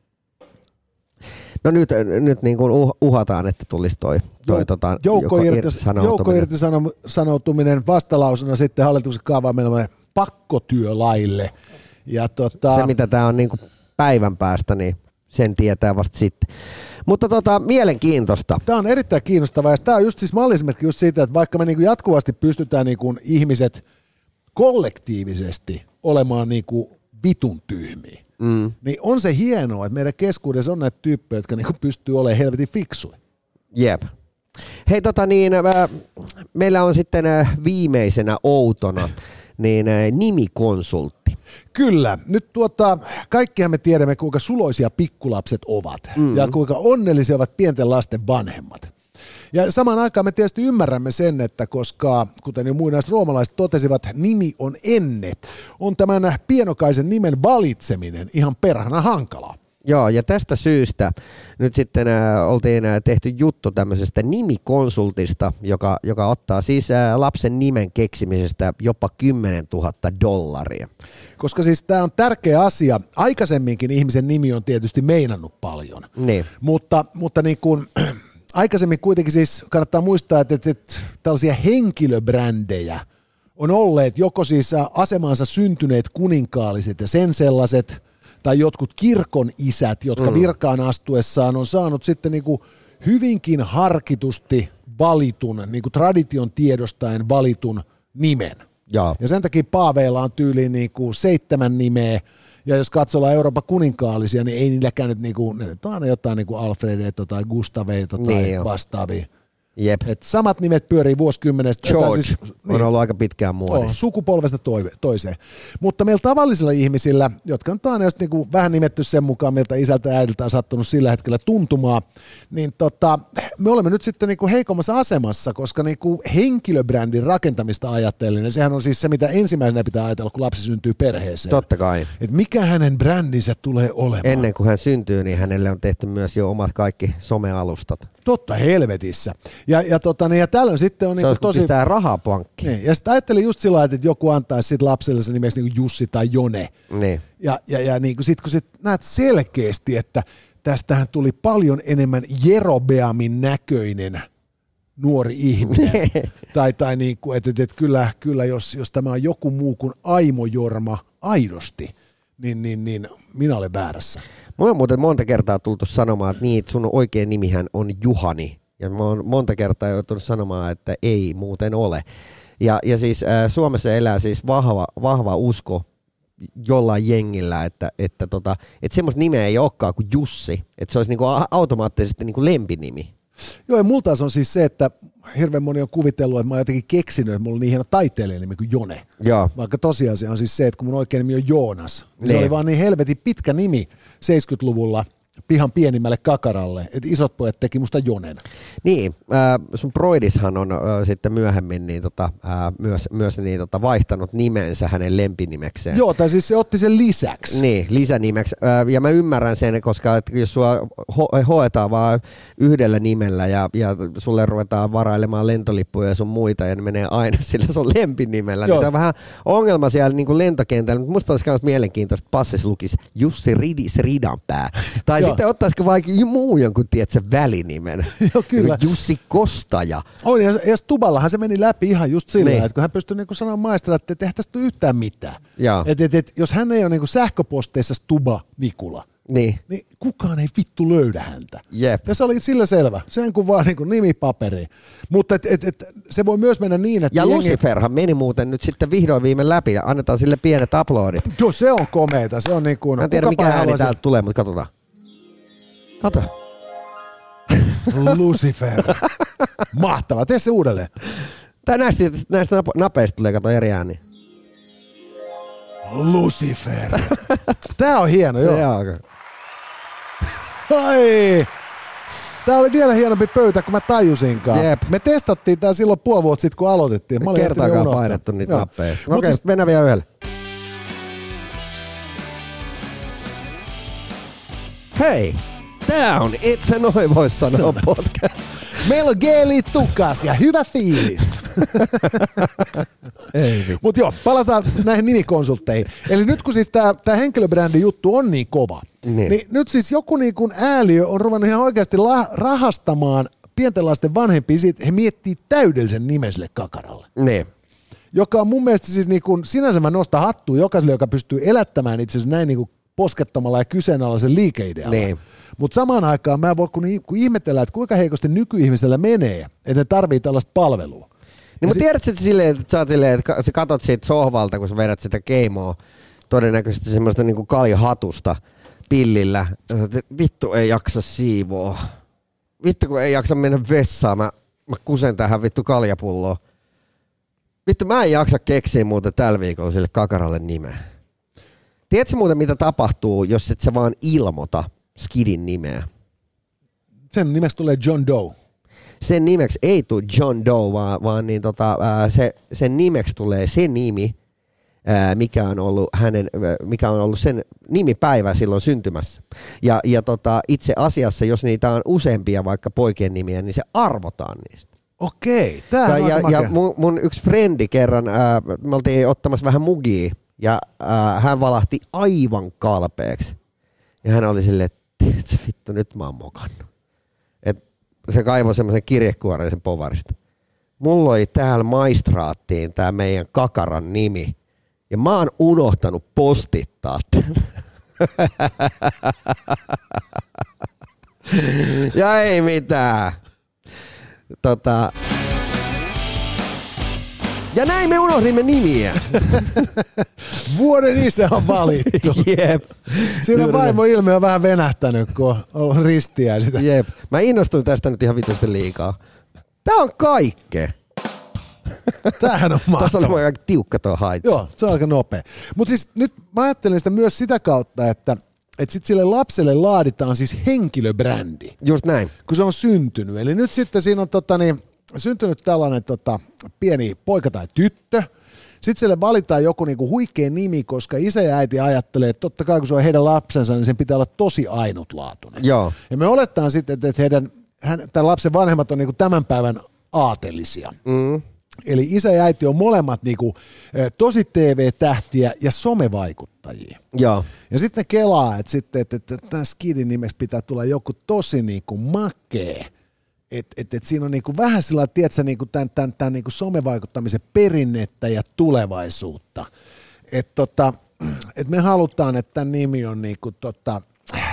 Speaker 2: no nyt, nyt niin kuin uhataan, että tulisi toi, toi Jou, tota,
Speaker 1: joukko irtisanoutuminen vastalausena sitten hallituksen kaavaamille pakkotyölaille. Ja tota,
Speaker 2: se mitä tämä on niin kuin päivän päästä, niin sen tietää vasta sitten. Mutta tota, mielenkiintoista.
Speaker 1: Tämä on erittäin kiinnostavaa ja tämä on just siis malliesimerkki just siitä, että vaikka me niinku jatkuvasti pystytään niinku ihmiset kollektiivisesti olemaan niinku vitun tyhmiä, mm. niin on se hienoa, että meidän keskuudessa on näitä tyyppejä, jotka niinku pystyy olemaan helvetin fiksuja.
Speaker 2: Jep. Hei tota niin, äh, meillä on sitten äh, viimeisenä outona niin äh, nimikonsultti.
Speaker 1: Kyllä. Nyt tuota, kaikkihan me tiedämme, kuinka suloisia pikkulapset ovat mm-hmm. ja kuinka onnellisia ovat pienten lasten vanhemmat. Ja samaan aikaan me tietysti ymmärrämme sen, että koska, kuten jo muinaiset roomalaiset totesivat, nimi on enne, on tämän pienokaisen nimen valitseminen ihan perhana hankalaa.
Speaker 2: Joo, ja tästä syystä nyt sitten äh, oltiin äh, tehty juttu tämmöisestä nimikonsultista, joka, joka ottaa siis äh, lapsen nimen keksimisestä jopa kymmenen tuhatta dollaria.
Speaker 1: Koska siis tämä on tärkeä asia. Aikaisemminkin ihmisen nimi on tietysti meinannut paljon,
Speaker 2: niin.
Speaker 1: mutta, mutta niin kuin, aikaisemmin kuitenkin siis kannattaa muistaa, että, että, että tällaisia henkilöbrändejä on olleet joko siis asemaansa syntyneet kuninkaalliset ja sen sellaiset, tai jotkut kirkon isät, jotka mm. virkaan astuessaan on saanut sitten niin kuin hyvinkin harkitusti valitun, niin kuin tradition tiedostaen valitun nimen.
Speaker 2: Ja,
Speaker 1: ja sen takia paaveilla on tyyliin niin kuin seitsemän nimeä, ja jos katsotaan Euroopan kuninkaallisia, niin ei niilläkään nyt, niin kuin, ne nyt on aina jotain niin kuin Alfredeita tai Gustaveita tai niin vastaavia.
Speaker 2: Jep.
Speaker 1: Et samat nimet pyörii vuosikymmenestä.
Speaker 2: George
Speaker 1: siis,
Speaker 2: on niin, ollut aika pitkään muodissa.
Speaker 1: On, sukupolvesta toiseen. Mutta meillä tavallisilla ihmisillä, jotka on aina just niinku vähän nimetty sen mukaan, miltä isältä ja äidiltä on sattunut sillä hetkellä tuntumaan, niin tota, me olemme nyt sitten niinku heikommassa asemassa, koska niinku henkilöbrändin rakentamista ajatellen, ja sehän on siis se, mitä ensimmäisenä pitää ajatella, kun lapsi syntyy perheeseen.
Speaker 2: Totta kai.
Speaker 1: Et mikä hänen brändinsä tulee olemaan.
Speaker 2: Ennen kuin hän syntyy, niin hänelle on tehty myös jo omat kaikki somealustat.
Speaker 1: Totta helvetissä. Ja, ja, tota, niin, ja tällöin sitten on...
Speaker 2: Se
Speaker 1: niinku
Speaker 2: on,
Speaker 1: tosi...
Speaker 2: pistää rahaa pankkiin.
Speaker 1: Niin, ja sitten ajattelin just sillä lailla, että joku antaisi sit lapselle se nimeksi niin Jussi tai Jone.
Speaker 2: Niin.
Speaker 1: Ja, ja, ja niin sitten kun sit näet selkeästi, että tästähän tuli paljon enemmän Jerobeamin näköinen nuori ihminen. tai tai niin kuin, että, että, että kyllä, kyllä jos, jos tämä on joku muu kuin Aimo Jorma aidosti, niin, niin, niin minä olen väärässä.
Speaker 2: Mä oon muuten monta kertaa tultu sanomaan, että niin, sun oikea nimihän on Juhani. Ja mä oon monta kertaa joutunut sanomaan, että ei muuten ole. Ja, ja siis äh, Suomessa elää siis vahva, vahva usko jollain jengillä, että, että, tota, että semmoista nimeä ei olekaan kuin Jussi. Että se olisi niinku automaattisesti niinku lempinimi.
Speaker 1: Joo, ja multa on siis se, että hirveän moni on kuvitellut, että mä oon jotenkin keksinyt, että mulla on niin hieno taiteilijan nimi kuin Jone.
Speaker 2: Joo.
Speaker 1: Vaikka tosiasia on siis se, että kun mun oikein nimi on Joonas, niin
Speaker 2: ne.
Speaker 1: Se oli vaan niin helvetin pitkä nimi seitsemänkymmentäluvulla pihan pienimmälle kakaralle, että isot pojat teki musta Jonen.
Speaker 2: Niin, äh, sun Broidishan on äh, sitten myöhemmin niin, tota, äh, myös, myös niin, tota, vaihtanut nimensä hänen lempinimekseen.
Speaker 1: Joo, tai siis se otti sen lisäksi.
Speaker 2: Niin, lisänimeksi. Äh, ja mä ymmärrän sen, koska et jos sua ho- hoetaan vaan yhdellä nimellä ja, ja sulle ruvetaan varailemaan lentolippuja ja sun muita ja ne menee aina sillä sun lempinimellä, Joo. niin se on vähän ongelma siellä niin kuin lentokentällä, mutta musta olisi myös mielenkiintoista, että passissa lukisi Jussi Ridis Ridanpää. Tai sitten ottaisiko vaikka muu jonkun, tiedätkö, välinimen.
Speaker 1: Joo, kyllä.
Speaker 2: Jussi Kostaja.
Speaker 1: On, ja, ja Stuballahan se meni läpi ihan just sillä, niin. Että kun hän pystyi niinku sanomaan maistella, että ei tästä yhtään mitään. Et, et, et, jos hän ei ole niinku sähköposteissa Stuba Nikula,
Speaker 2: niin.
Speaker 1: niin kukaan ei vittu löydä häntä.
Speaker 2: Jep.
Speaker 1: Ja se oli sillä selvä. Sen kun vaan niinku nimipaperi. Mutta et, et, et, se voi myös mennä niin, että...
Speaker 2: Ja
Speaker 1: jengi...
Speaker 2: Luciferhan meni muuten nyt sitten vihdoin viime läpi ja annetaan sille pienet aplodit.
Speaker 1: Joo, se on komeeta. Se on niin kuin...
Speaker 2: Mä en tiedä mikä ääni haluaisi... täältä tulee, mutta katsotaan. Kato.
Speaker 1: Lucifer. Mahtava. Tee se uudelleen.
Speaker 2: Tää näistä, näistä napeista tulee, kato eri ääni.
Speaker 1: Lucifer. Tää on hieno, joo.
Speaker 2: Joo.
Speaker 1: Ai. Tää oli vielä hienompi pöytä kuin mä tajusinkaan.
Speaker 2: Jep.
Speaker 1: Me testattiin tää silloin puoli vuotta sitten, kun aloitettiin.
Speaker 2: Me kertaakaan painettu niitä
Speaker 1: joo.
Speaker 2: nappeja. Okei, okay, siis... mennään vielä yhdelle. Hei, tää on Itse noin vois sanoa podcast.
Speaker 1: Meillä on geeli tukas ja hyvä fiilis. Mutta joo, palataan näihin nimikonsultteihin. Eli nyt kun siis tämä henkilöbrändin juttu on niin kova, niin, niin nyt siis joku niin kuin ääliö on ruvennut ihan oikeasti la- rahastamaan pienten lasten vanhempia siitä, he miettii täydellisen nimen sille kakaralle.
Speaker 2: Niin.
Speaker 1: Joka on mun mielestä siis niin kuin, sinänsä mä nostan hattua jokaiselle, joka pystyy elättämään itse asiassa näin niin kuin poskettomalla ja kyseenalaisen liikeidealla. Niin. Mutta samaan aikaan mä en voi kun, kun ihmetellä, että kuinka heikosti nykyihmisellä menee, että ne tarvii tällaista palvelua.
Speaker 2: Niin mutta tiedätkö että silleen, että sä, silleen, että sä katot siitä sohvalta, kun sä vedät sitä keimoa, todennäköisesti semmoista niinku kaljahatusta pillillä. Vittu ei jaksa siivoa. Vittu kun ei jaksa mennä vessaan, mä, mä kusen tähän vittu kaljapulloon. Vittu mä en jaksa keksiä muuten tällä viikolla sille kakaralle nimeä. Tiedätkö muuten mitä tapahtuu, jos et sä vaan ilmoita skidin nimeä?
Speaker 1: Sen nimeksi tulee John Doe.
Speaker 2: Sen nimeksi ei tule John Doe, vaan, vaan niin tota, ää, se, sen nimeksi tulee se nimi, ää, mikä, on ollut hänen, mikä on ollut sen nimipäivä silloin syntymässä. Ja, ja tota, itse asiassa, jos niitä on useampia vaikka poikien nimiä, niin se arvotaan niistä.
Speaker 1: Okei, tämä on
Speaker 2: ja,
Speaker 1: aika
Speaker 2: ja mun, mun yksi frendi kerran, ää, me oltiin ottamassa vähän mugia, ja ää, hän valahti aivan kalpeeksi. Ja hän oli silleen, että vittu, nyt mä oon mokannut. Et se kaivoi semmoisen kirjekuoren sen povarista. Mulla oli täällä maistraattiin tää meidän kakaran nimi. Ja mä oon unohtanut postittaa. Ja ei mitään. Tota... Ja näin me unohdimme nimiä.
Speaker 1: Vuoden isä on valittu.
Speaker 2: Jep.
Speaker 1: Siinä vaimo ilme on vähän venähtänyt, kun on ollut ristiä sitä.
Speaker 2: Jep. Mä innostuin tästä nyt ihan vitusti liikaa. Tää on kaikkea.
Speaker 1: Tämähän on mahtavaa.
Speaker 2: Tässä oli aika tiukka tuo haitsi.
Speaker 1: Joo, se on aika nopea. Mutta siis nyt mä ajattelen sitä myös sitä kautta, että että sitten sille lapselle laaditaan siis henkilöbrändi.
Speaker 2: Just näin.
Speaker 1: Kun se on syntynyt. Eli nyt sitten siinä on tota, niin, syntynyt tällainen tota, pieni poika tai tyttö. Sitten sille valitaan joku niinku huikea nimi, koska isä ja äiti ajattelee, että totta kai kun se on heidän lapsensa, niin sen pitää olla tosi ainutlaatuinen.
Speaker 2: Joo.
Speaker 1: Ja me oletaan sitten, että heidän, hän, tämän lapsen vanhemmat on niinku tämän päivän aatelisia. Mm. Eli isä ja äiti on molemmat niinku, tosi T V-tähtiä ja somevaikuttajia.
Speaker 2: Joo.
Speaker 1: Ja sitten ne kelaa, että, sitten, että, että tämän skidin nimeksi pitää tulla joku tosi niinku makee. Että et, et siinä on niinku vähän sillä tiedätkö, niinku tämän, tämän, tämän niinku somevaikuttamisen perinnettä ja tulevaisuutta. Että tota, et me halutaan, että tämän nimi on niinku tota,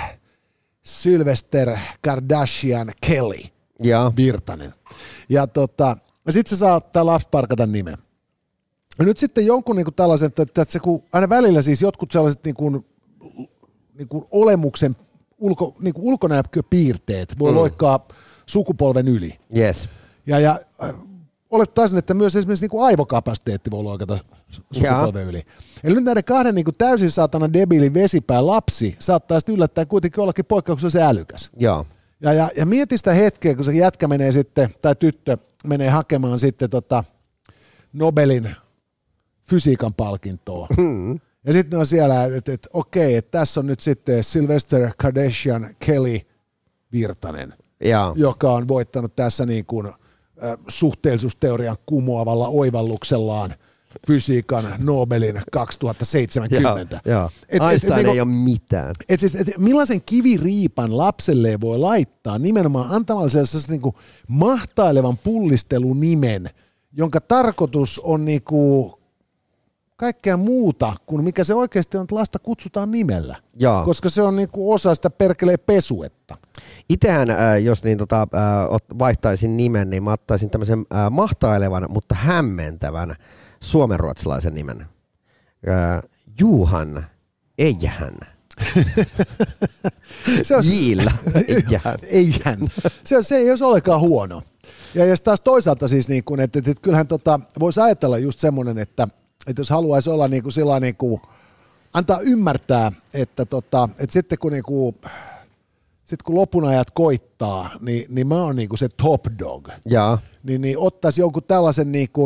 Speaker 1: Sylvester Kardashian Kelly
Speaker 2: ja.
Speaker 1: Virtanen. Ja tota, sitten se saa tämä lapsi parkata nimen. Ja nyt sitten jonkun niinku tällaisen, että, että se, kun aina välillä siis jotkut sellaiset niinku, niinku olemuksen ulko, niinku ulkonäköpiirteet voi mm. loikkaa sukupolven yli.
Speaker 2: Yes.
Speaker 1: Ja, ja äh, olettaisin, että myös esimerkiksi niinku aivokapasiteetti voi loikata sukupolven ja. yli. Eli nyt näiden kahden niinku täysin saatana debiilin vesipää lapsi saattaa sitten yllättää kuitenkin ollakin poikkeuksellisen älykäs.
Speaker 2: Ja,
Speaker 1: ja, ja, ja mieti sitä hetkeä, kun se jätkä menee sitten, tai tyttö menee hakemaan sitten tota Nobelin fysiikan palkintoa. Hmm. Ja sitten on siellä, että et, et, okei, että tässä on nyt sitten Sylvester Kardashian Kelly Virtanen. Ja. Joka on voittanut tässä niin kuin, äh, suhteellisuusteorian kumoavalla oivalluksellaan fysiikan Nobelin kaksituhattaseitsemänkymmentä.
Speaker 2: Ja, ja. Et, Einstein et, et, ei niin, ole mitään.
Speaker 1: Et siis, et, millaisen kiviriipan lapselle voi laittaa nimenomaan antamalla sellaisen niin kuin mahtailevan pullistelunimen, jonka tarkoitus on niin kuin kaikkea muuta kuin mikä se oikeasti on, että lasta kutsutaan nimellä. Jaa. Koska se on niinku osa sitä perkeleen pesuetta.
Speaker 2: Itsehän, äh, jos niin tota, äh, vaihtaisin nimen, niin mä ottaisin tämmöisen äh, mahtailevan, mutta hämmentävän suomenruotsalaisen nimen. Äh, Juhan Eijähän.
Speaker 1: se on,
Speaker 2: Jiillä Eijähän.
Speaker 1: Eijähän. Se, se ei olisi olekaan huono. Ja jos taas toisaalta siis, niin kuin, että, että, että kyllähän tota, voisi ajatella just semmoinen, että että jos haluaisi olla niinku sillä niinku, antaa ymmärtää, että, tota, että sitten kun, niinku, sit kun lopun ajat koittaa, niin, niin mä oon niinku se top dog. Ja. Niin, niin ottaisi jonkun tällaisen niinku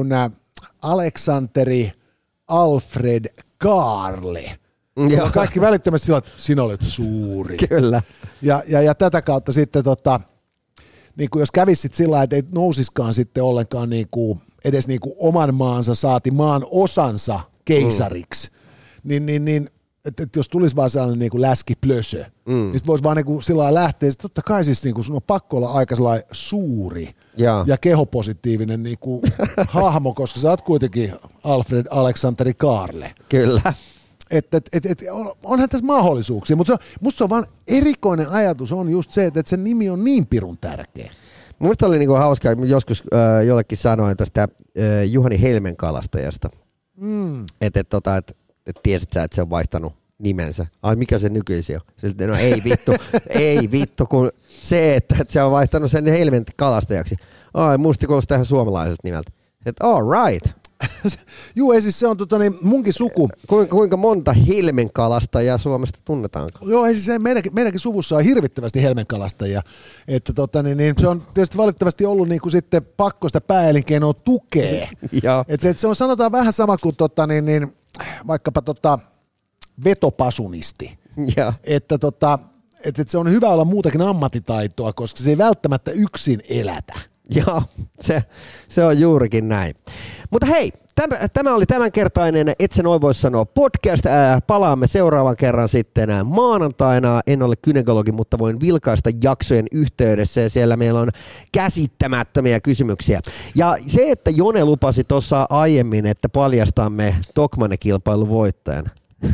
Speaker 1: Aleksanteri Alfred Kaarle. Ja kaikki välittömästi sillä, että sinä olet suuri.
Speaker 2: Kyllä.
Speaker 1: Ja, ja, ja tätä kautta sitten, tota, niinku jos kävisit sillä lailla, että ei nousiskaan sitten ollenkaan niinku, edes niinku oman maansa saati maan osansa keisariksi, mm. niin, niin, niin että et jos tulisi vaan sellainen niinku läskiplösö, mm. niin sitten voisi vaan niinku sillä lailla lähteä, sitten totta kai siis niinku sun on pakko olla aika sellainen suuri ja, ja kehopositiivinen niinku hahmo, koska sä oot kuitenkin Alfred Aleksanteri Kaarle.
Speaker 2: Kyllä.
Speaker 1: Että et, et, et, onhan tässä mahdollisuuksia, mutta musta se on vaan erikoinen ajatus on just se, että et sen nimi on niin pirun tärkeä.
Speaker 2: Minusta oli niinku hauskaa, joskus äh, jollekin sanoin tästä äh, Juhani Helmenkalastajasta, mm. että et, tota, et, et tiesit sä, että se on vaihtanut nimensä. Ai mikä se nykyisin on? Silti, no ei vittu, ei vittu, kun se, että, että se on vaihtanut sen Helmenkalastajaksi. Ai musta kuulosti tähän suomalaisesta nimeltä. Että all right.
Speaker 1: Juu, ei siis se on tota, niin munkin suku.
Speaker 2: Kuinka, kuinka monta helmenkalastajaa Suomesta tunnetaanko?
Speaker 1: Joo, ei siis se meidänkin, meidänkin suvussa on hirvittävästi helmenkalastajia. Että tota, niin, niin, se on tietysti valitettavasti ollut niin kuin sitten pakko sitä pääelinkeinoa tukea. Että se, et se on sanotaan vähän sama kuin tota, niin, niin, vaikkapa tota, vetopasunisti. Ja. Että tota, et, et se on hyvä olla muutakin ammattitaitoa, koska se ei välttämättä yksin elätä.
Speaker 2: Joo, se, se on juurikin näin. Mutta hei, tämä, tämä oli tämänkertainen Et sä noin voi sanoa podcast. Ää, palaamme seuraavan kerran sitten ää, maanantaina. En ole gynekologi, mutta voin vilkaista jaksojen yhteydessä ja siellä meillä on käsittämättömiä kysymyksiä. Ja se, että Jone lupasi tuossa aiemmin, että paljastamme Tokmanne-kilpailun voittajan.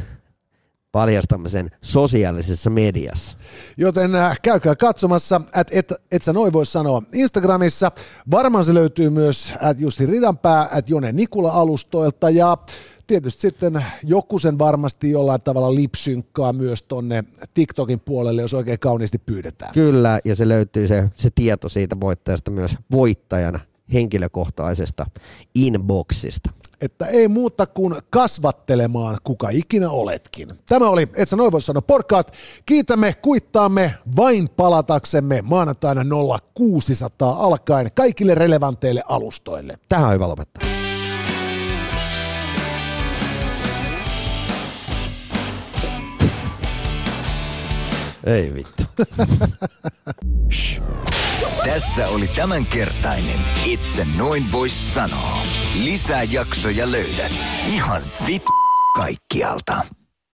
Speaker 2: Paljastamme sen sosiaalisessa mediassa.
Speaker 1: Joten äh, käykää katsomassa, että et, et sä noin voi sanoa Instagramissa. Varmaan se löytyy myös at Jussi Ridanpää, at Jone Nikula alustoilta ja tietysti sitten joku sen varmasti jollain tavalla lipsynkkaa myös tonne TikTokin puolelle, jos oikein kauniisti pyydetään.
Speaker 2: Kyllä, ja se löytyy se, se tieto siitä voittajasta myös voittajana henkilökohtaisesta inboxista.
Speaker 1: Että ei muuta kuin kasvattelemaan, kuka ikinä oletkin. Tämä oli Et sä noin voi sanoa podcast. Kiitämme, kuittaamme vain palataksemme maanantaina nolla kuusisataa alkaen kaikille relevanteille alustoille.
Speaker 2: Tähän on hyvä lopettaa. Ei vittu.
Speaker 3: Tässä oli tämänkertainen Et sä noin vois sanoa. Lisää jaksoja löydät ihan vittu kaikkialta.